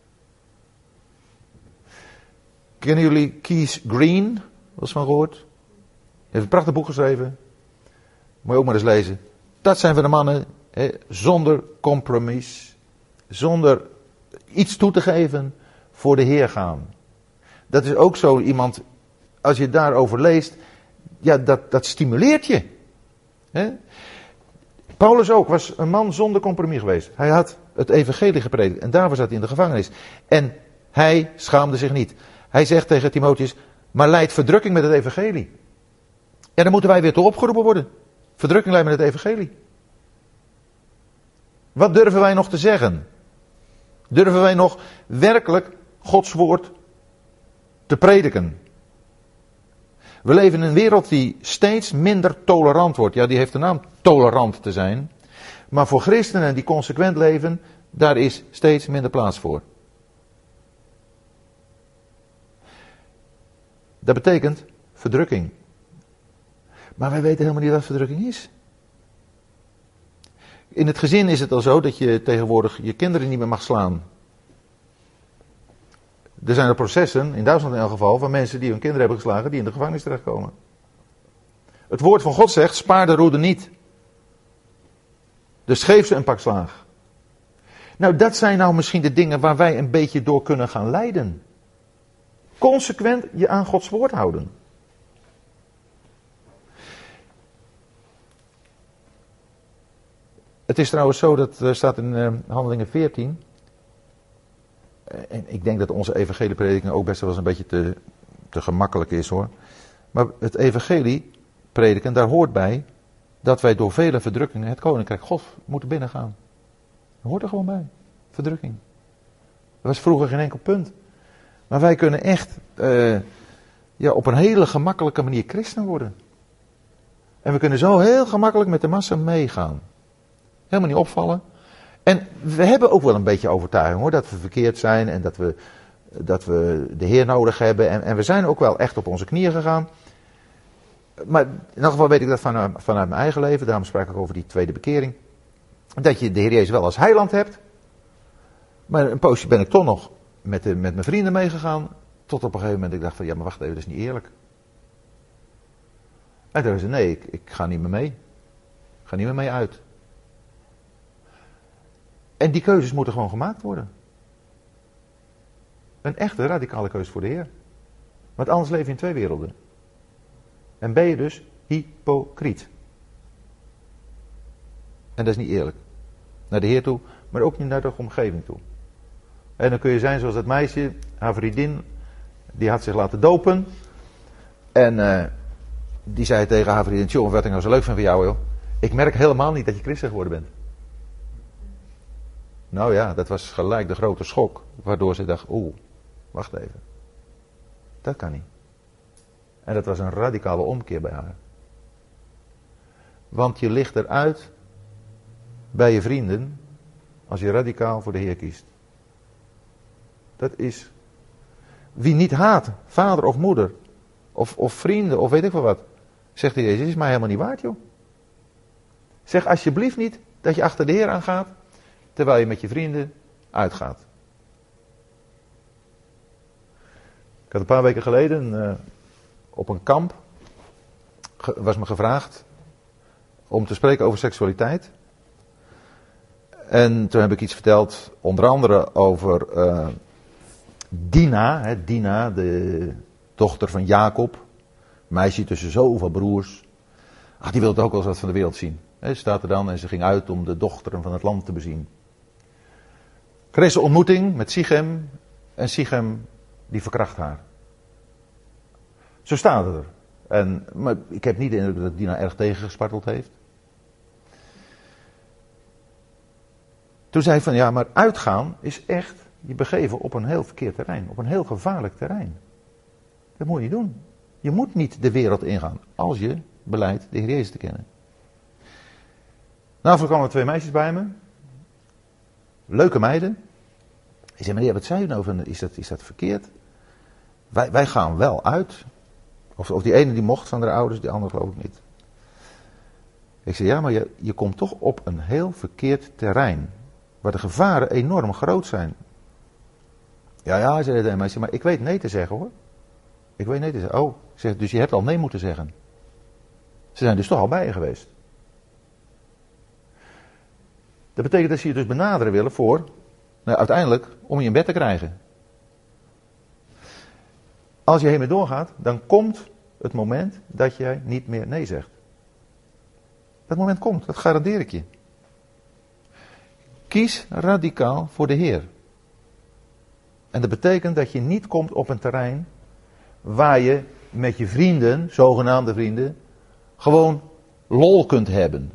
Kennen jullie Keith Green? Wel eens van gehoord? Hij heeft een prachtig boek geschreven. Moet je ook maar eens lezen. Dat zijn van de mannen zonder compromis, zonder iets toe te geven, voor de Heer gaan. Dat is ook zo iemand, als je daarover leest, ja, dat stimuleert je. He? Paulus ook was een man zonder compromis geweest. Hij had het evangelie gepredikt en daarvoor zat hij in de gevangenis. En hij schaamde zich niet. Hij zegt tegen Timotheus, maar leidt verdrukking met het evangelie. Ja, dan moeten wij weer toe opgeroepen worden. Verdrukking leidt met het evangelie. Wat durven wij nog te zeggen? Durven wij nog werkelijk Gods woord te prediken? We leven in een wereld die steeds minder tolerant wordt. Ja, die heeft de naam tolerant te zijn. Maar voor christenen die consequent leven, daar is steeds minder plaats voor. Dat betekent verdrukking. Maar wij weten helemaal niet wat verdrukking is. In het gezin is het al zo dat je tegenwoordig je kinderen niet meer mag slaan. Er zijn er processen, in Duitsland in elk geval, van mensen die hun kinderen hebben geslagen, die in de gevangenis terechtkomen. Het woord van God zegt, spaar de roede niet. Dus geef ze een pak slaag. Nou, dat zijn nou misschien de dingen waar wij een beetje door kunnen gaan leiden. Consequent je aan Gods woord houden. Het is trouwens zo, dat staat in Handelingen 14. En ik denk dat onze evangelieprediking ook best wel eens een beetje te gemakkelijk is hoor. Maar het evangelie prediken, daar hoort bij dat wij door vele verdrukkingen het koninkrijk God moeten binnengaan. Dat hoort er gewoon bij. Verdrukking. Dat was vroeger geen enkel punt. Maar wij kunnen echt op een hele gemakkelijke manier christen worden. En we kunnen zo heel gemakkelijk met de massa meegaan. Helemaal niet opvallen. En we hebben ook wel een beetje overtuiging hoor, dat we verkeerd zijn en dat we de Heer nodig hebben. En we zijn ook wel echt op onze knieën gegaan. Maar in elk geval weet ik dat vanuit mijn eigen leven, daarom sprak ik over die tweede bekering. Dat je de Heer Jezus wel als heiland hebt. Maar een poosje ben ik toch nog met mijn vrienden meegegaan. Tot op een gegeven moment ik dacht van ja maar wacht even, dat is niet eerlijk. En toen zei ze nee, ik ga niet meer mee. Ik ga niet meer mee uit. En die keuzes moeten gewoon gemaakt worden. Een echte radicale keuze voor de Heer. Want anders leef je in twee werelden. En ben je dus hypocriet. En dat is niet eerlijk. Naar de Heer toe, maar ook niet naar de omgeving toe. En dan kun je zijn zoals dat meisje, haar vriendin, die had zich laten dopen. En die zei tegen haar vriendin, joh, wat ik nou zo leuk vind van jou, joh. Ik merk helemaal niet dat je christen geworden bent. Nou ja, dat was gelijk de grote schok. Waardoor ze dacht, wacht even. Dat kan niet. En dat was een radicale omkeer bij haar. Want je ligt eruit bij je vrienden als je radicaal voor de Heer kiest. Dat is... Wie niet haat, vader of moeder, of vrienden, of weet ik veel wat, zegt de Jezus, is mij helemaal niet waard, joh. Zeg alsjeblieft niet dat je achter de Heer aangaat, terwijl je met je vrienden uitgaat. Ik had een paar weken geleden op een kamp, was me gevraagd om te spreken over seksualiteit. En toen heb ik iets verteld, onder andere over Dina, Dina, de dochter van Jacob, meisje tussen zoveel broers. Die wilde ook wel eens wat van de wereld zien. Ze staat er dan en ze ging uit om de dochteren van het land te bezien. Kreeg ze ontmoeting met Sichem en Sichem die verkracht haar. Zo staat het er. Maar ik heb niet de indruk dat Dina erg tegengesparteld heeft. Toen zei hij van ja, maar uitgaan is echt je begeven op een heel verkeerd terrein. Op een heel gevaarlijk terrein. Dat moet je niet doen. Je moet niet de wereld ingaan als je beleidt de Heer Jezus te kennen. Nou, kwamen er 2 meisjes bij me. Leuke meiden. Ik zei, meneer, wat zei u nou? Is dat verkeerd? Wij gaan wel uit. Of die ene die mocht van de ouders, die andere geloof ik niet. Ik zei, ja, maar je komt toch op een heel verkeerd terrein. Waar de gevaren enorm groot zijn. Ja, zei de meisje, maar ik weet nee te zeggen hoor. Ik weet nee te zeggen. Oh, ik zeg, dus je hebt al nee moeten zeggen. Ze zijn dus toch al bij je geweest. Dat betekent dat ze je dus benaderen willen voor, uiteindelijk, om je in bed te krijgen. Als je hiermee doorgaat, dan komt het moment dat jij niet meer nee zegt. Dat moment komt, dat garandeer ik je. Kies radicaal voor de Heer. En dat betekent dat je niet komt op een terrein waar je met je vrienden, zogenaamde vrienden, gewoon lol kunt hebben.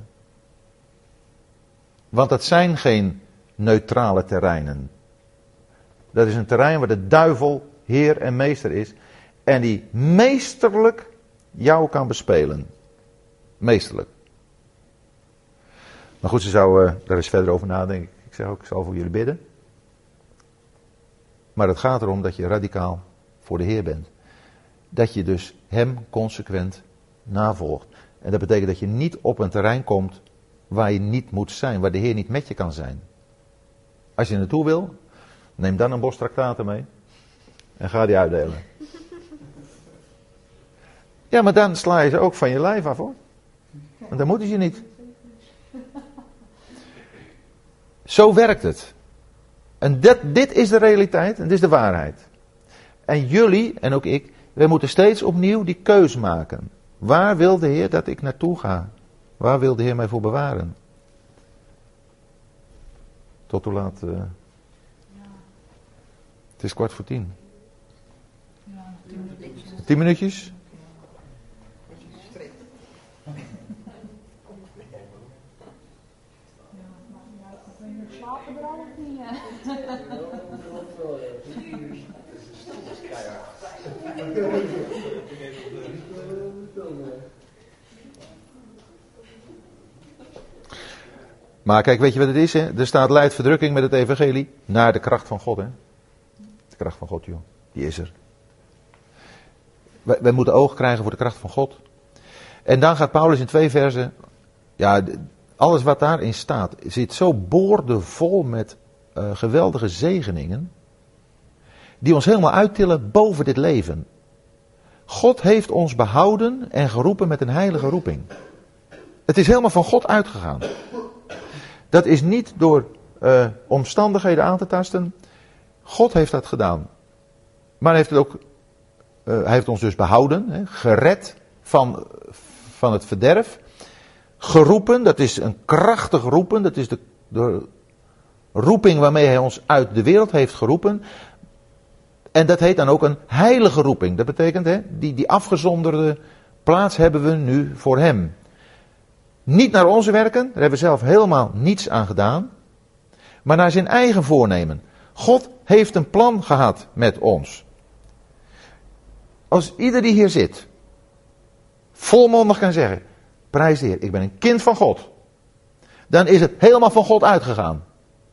Want dat zijn geen neutrale terreinen. Dat is een terrein waar de duivel heer en meester is. En die meesterlijk jou kan bespelen. Meesterlijk. Maar goed, ze zou daar eens verder over nadenken. Ik zeg ook, ik zal voor jullie bidden. Maar het gaat erom dat je radicaal voor de Heer bent. Dat je dus hem consequent navolgt. En dat betekent dat je niet op een terrein komt waar je niet moet zijn. Waar de Heer niet met je kan zijn. Als je naartoe wil, neem dan een bos traktaten mee. En ga die uitdelen. Ja, maar dan sla je ze ook van je lijf af, hoor. Want dan moeten ze niet. Zo werkt het. En dit is de realiteit en dit is de waarheid. En jullie en ook ik, wij moeten steeds opnieuw die keus maken. Waar wil de Heer dat ik naartoe ga? Waar wil de Heer mij voor bewaren? Tot hoe laat? Het is 9:45. Ja, 10 minuutjes. 10 minuutjes? Slapen er al of niet? Maar kijk, weet je wat het is? Hè? Er staat leidt verdrukking met het evangelie naar de kracht van God. Hè? De kracht van God, joh. Die is er. Wij moeten oog krijgen voor de kracht van God. En dan gaat Paulus in 2 versen. Ja, alles wat daarin staat zit zo boordevol met geweldige zegeningen. Die ons helemaal uittillen boven dit leven. God heeft ons behouden en geroepen met een heilige roeping. Het is helemaal van God uitgegaan. Dat is niet door omstandigheden aan te tasten. God heeft dat gedaan. Maar hij heeft ons dus behouden, hè, gered van het verderf. Geroepen, dat is een krachtig roepen. Dat is de roeping waarmee hij ons uit de wereld heeft geroepen. En dat heet dan ook een heilige roeping. Dat betekent, hè, die afgezonderde plaats hebben we nu voor hem. Niet naar onze werken, daar hebben we zelf helemaal niets aan gedaan. Maar naar zijn eigen voornemen. God heeft een plan gehad met ons. Als ieder die hier zit, volmondig kan zeggen, prijs de Heer, ik ben een kind van God. Dan is het helemaal van God uitgegaan.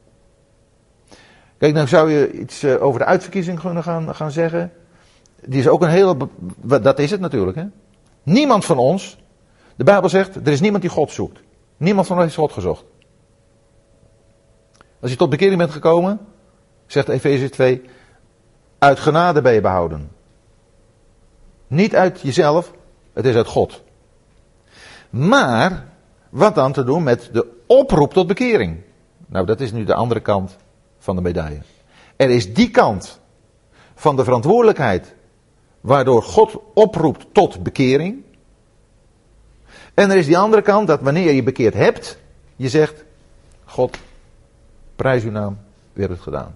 Kijk, dan zou je iets over de uitverkiezing kunnen gaan zeggen. Die is ook een hele, dat is het natuurlijk, hè. Niemand van ons, de Bijbel zegt, er is niemand die God zoekt. Niemand van ons heeft God gezocht. Als je tot bekering bent gekomen, zegt Efeze 2, uit genade ben je behouden. Niet uit jezelf, het is uit God. Maar, wat dan te doen met de oproep tot bekering? Nou, dat is nu de andere kant van de medaille. Er is die kant van de verantwoordelijkheid, waardoor God oproept tot bekering. En er is die andere kant, dat wanneer je bekeerd hebt, je zegt, God, prijs uw naam, u hebt het gedaan.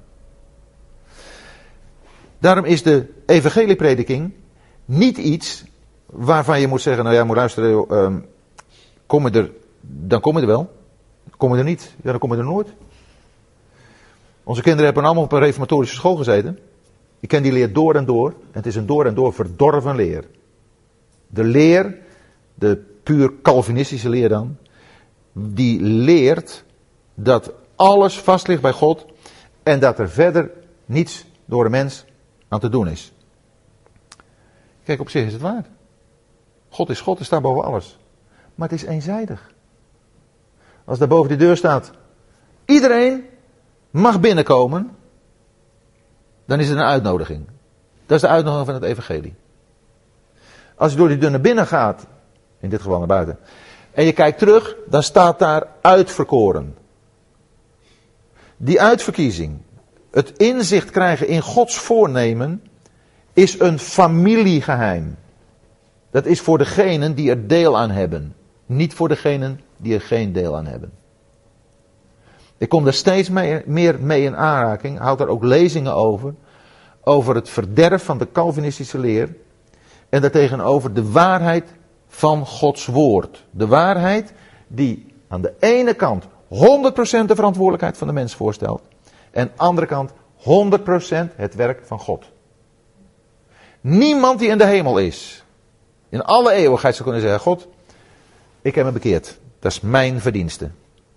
Daarom is de evangelieprediking niet iets waarvan je moet zeggen, nou ja, moet luisteren, dan kom je er wel. Kom je er niet, ja, dan kom je er nooit. Onze kinderen hebben allemaal op een reformatorische school gezeten. Ik ken die leer door en door. En het is een door en door verdorven leer. De leer, de puur Calvinistische leer dan, die leert dat alles vast ligt bij God en dat er verder niets door een mens aan te doen is. Kijk, op zich is het waar. God is God, er staat boven alles. Maar het is eenzijdig. Als daar boven de deur staat, iedereen mag binnenkomen, dan is het een uitnodiging. Dat is de uitnodiging van het evangelie. Als je door die deur naar binnen gaat, in dit geval naar buiten, en je kijkt terug, dan staat daar uitverkoren. Die uitverkiezing, het inzicht krijgen in Gods voornemen, is een familiegeheim. Dat is voor degenen die er deel aan hebben. Niet voor degenen die er geen deel aan hebben. Ik kom daar steeds meer mee in aanraking. Houd daar ook lezingen over. Over het verderf van de Calvinistische leer. En daartegenover de waarheid van Gods woord. De waarheid die aan de ene kant 100% de verantwoordelijkheid van de mens voorstelt. En aan de andere kant 100% het werk van God. Niemand die in de hemel is, in alle eeuwigheid zou kunnen zeggen, God, ik heb me bekeerd. Dat is mijn verdienste.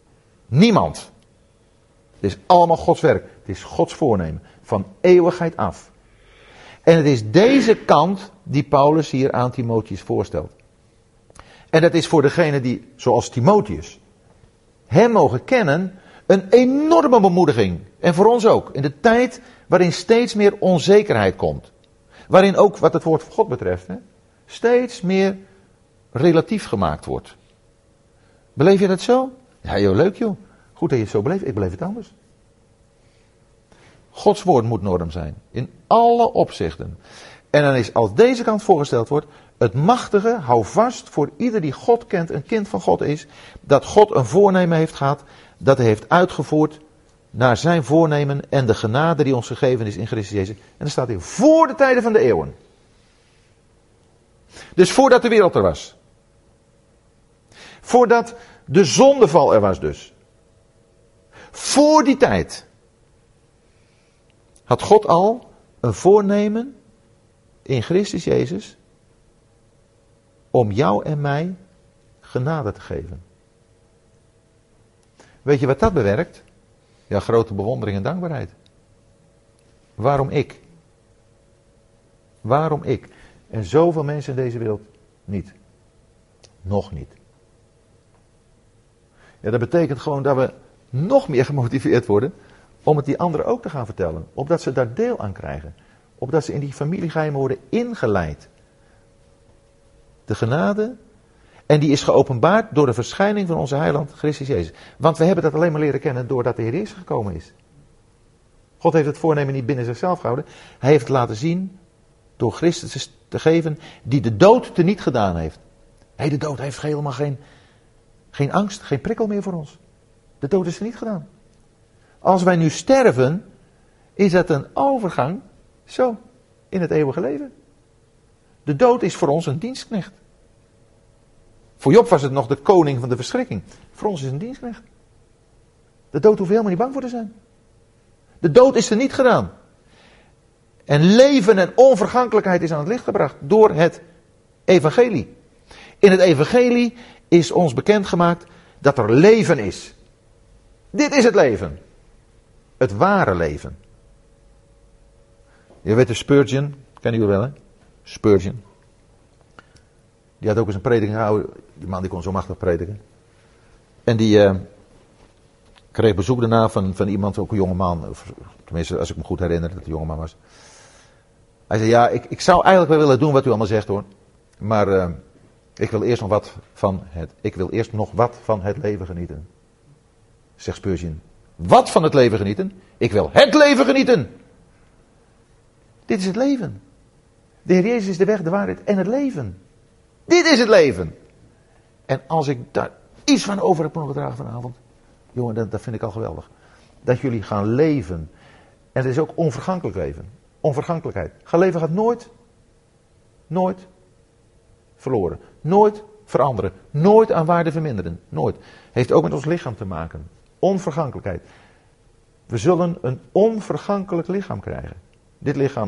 Niemand. Het is allemaal Gods werk. Het is Gods voornemen. Van eeuwigheid af. En het is deze kant die Paulus hier aan Timotheus voorstelt. En dat is voor degene die, zoals Timotheus, hem mogen kennen, een enorme bemoediging. En voor ons ook. In de tijd waarin steeds meer onzekerheid komt. Waarin ook, wat het woord van God betreft, steeds meer relatief gemaakt wordt. Beleef je dat zo? Ja joh, leuk joh. Goed dat je het zo beleeft. Ik beleef het anders. Gods woord moet norm zijn. In alle opzichten. En dan is, als deze kant voorgesteld wordt, het machtige, hou vast voor ieder die God kent, een kind van God is, dat God een voornemen heeft gehad, dat hij heeft uitgevoerd naar zijn voornemen en de genade die ons gegeven is in Christus Jezus. En dan staat hier, voor de tijden van de eeuwen. Dus voordat de wereld er was. Voordat de zondeval er was dus. Voor die tijd had God al een voornemen in Christus Jezus om jou en mij genade te geven. Weet je wat dat bewerkt? Ja, grote bewondering en dankbaarheid. Waarom ik? Waarom ik? En zoveel mensen in deze wereld niet. Nog niet. Ja, dat betekent gewoon dat we nog meer gemotiveerd worden om het die anderen ook te gaan vertellen. Opdat ze daar deel aan krijgen. Opdat ze in die familiegeheimen worden ingeleid. De genade. En die is geopenbaard door de verschijning van onze heiland Christus Jezus. Want we hebben dat alleen maar leren kennen doordat de Heer Jezus gekomen is. God heeft het voornemen niet binnen zichzelf gehouden. Hij heeft het laten zien door Christus te geven die de dood teniet gedaan heeft. Hé, de dood heeft helemaal geen angst, geen prikkel meer voor ons. De dood is er niet gedaan. Als wij nu sterven, is dat een overgang, zo, in het eeuwige leven. De dood is voor ons een dienstknecht. Voor Job was het nog de koning van de verschrikking. Voor ons is het een dienstknecht. De dood hoeft helemaal niet bang voor te zijn. De dood is er niet gedaan. En leven en onvergankelijkheid is aan het licht gebracht door het evangelie. In het evangelie is ons bekendgemaakt dat er leven is. Dit is het leven. Het ware leven. Je weet de Spurgeon, kennen jullie wel hè? Spurgeon. Die had ook eens een prediking gehouden. Die man die kon zo machtig prediken. En die kreeg bezoek daarna van iemand, ook een jongeman. Tenminste, als ik me goed herinner dat het een jongeman was. Hij zei, ja, ik zou eigenlijk wel willen doen wat u allemaal zegt hoor. Maar ik wil eerst nog wat van het leven genieten. Zegt Spurgeon. Wat van het leven genieten? Ik wil het leven genieten. Dit is het leven. De Heer Jezus is de weg, de waarheid en het leven. Dit is het leven. En als ik daar iets van over heb mogen dragen vanavond. Jongen, dat vind ik al geweldig. Dat jullie gaan leven. En het is ook onvergankelijk leven. Onvergankelijkheid. Gaan leven gaat nooit verloren. Nooit veranderen. Nooit aan waarde verminderen. Nooit. Heeft ook met ons lichaam te maken. Onvergankelijkheid. We zullen een onvergankelijk lichaam krijgen. Dit lichaam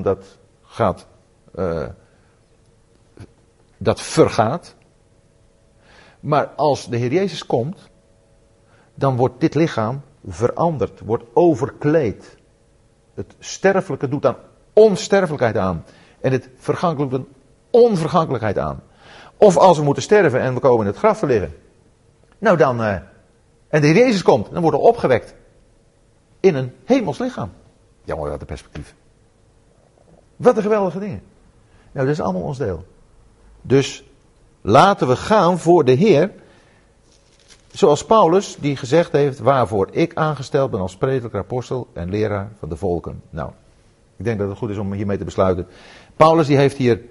dat vergaat. Maar als de Heer Jezus komt, dan wordt dit lichaam veranderd, wordt overkleed. Het sterfelijke doet dan onsterfelijkheid aan. En het vergankelijke doet onvergankelijkheid aan. Of als we moeten sterven en we komen in het graf te liggen. Nou dan, en de Heer Jezus komt, dan worden we opgewekt. In een hemels lichaam. Ja, maar wat een perspectief. Wat een geweldige dingen. Nou, dat is allemaal ons deel. Dus laten we gaan voor de Heer. Zoals Paulus die gezegd heeft, waarvoor ik aangesteld ben als prediker, apostel en leraar van de volken. Nou, ik denk dat het goed is om hiermee te besluiten. Paulus die heeft hier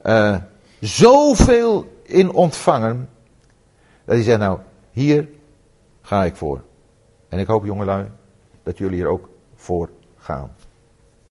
zoveel in ontvangen. Dat hij zegt, nou, hier ga ik voor. En ik hoop jongelui dat jullie hier ook voor gaan.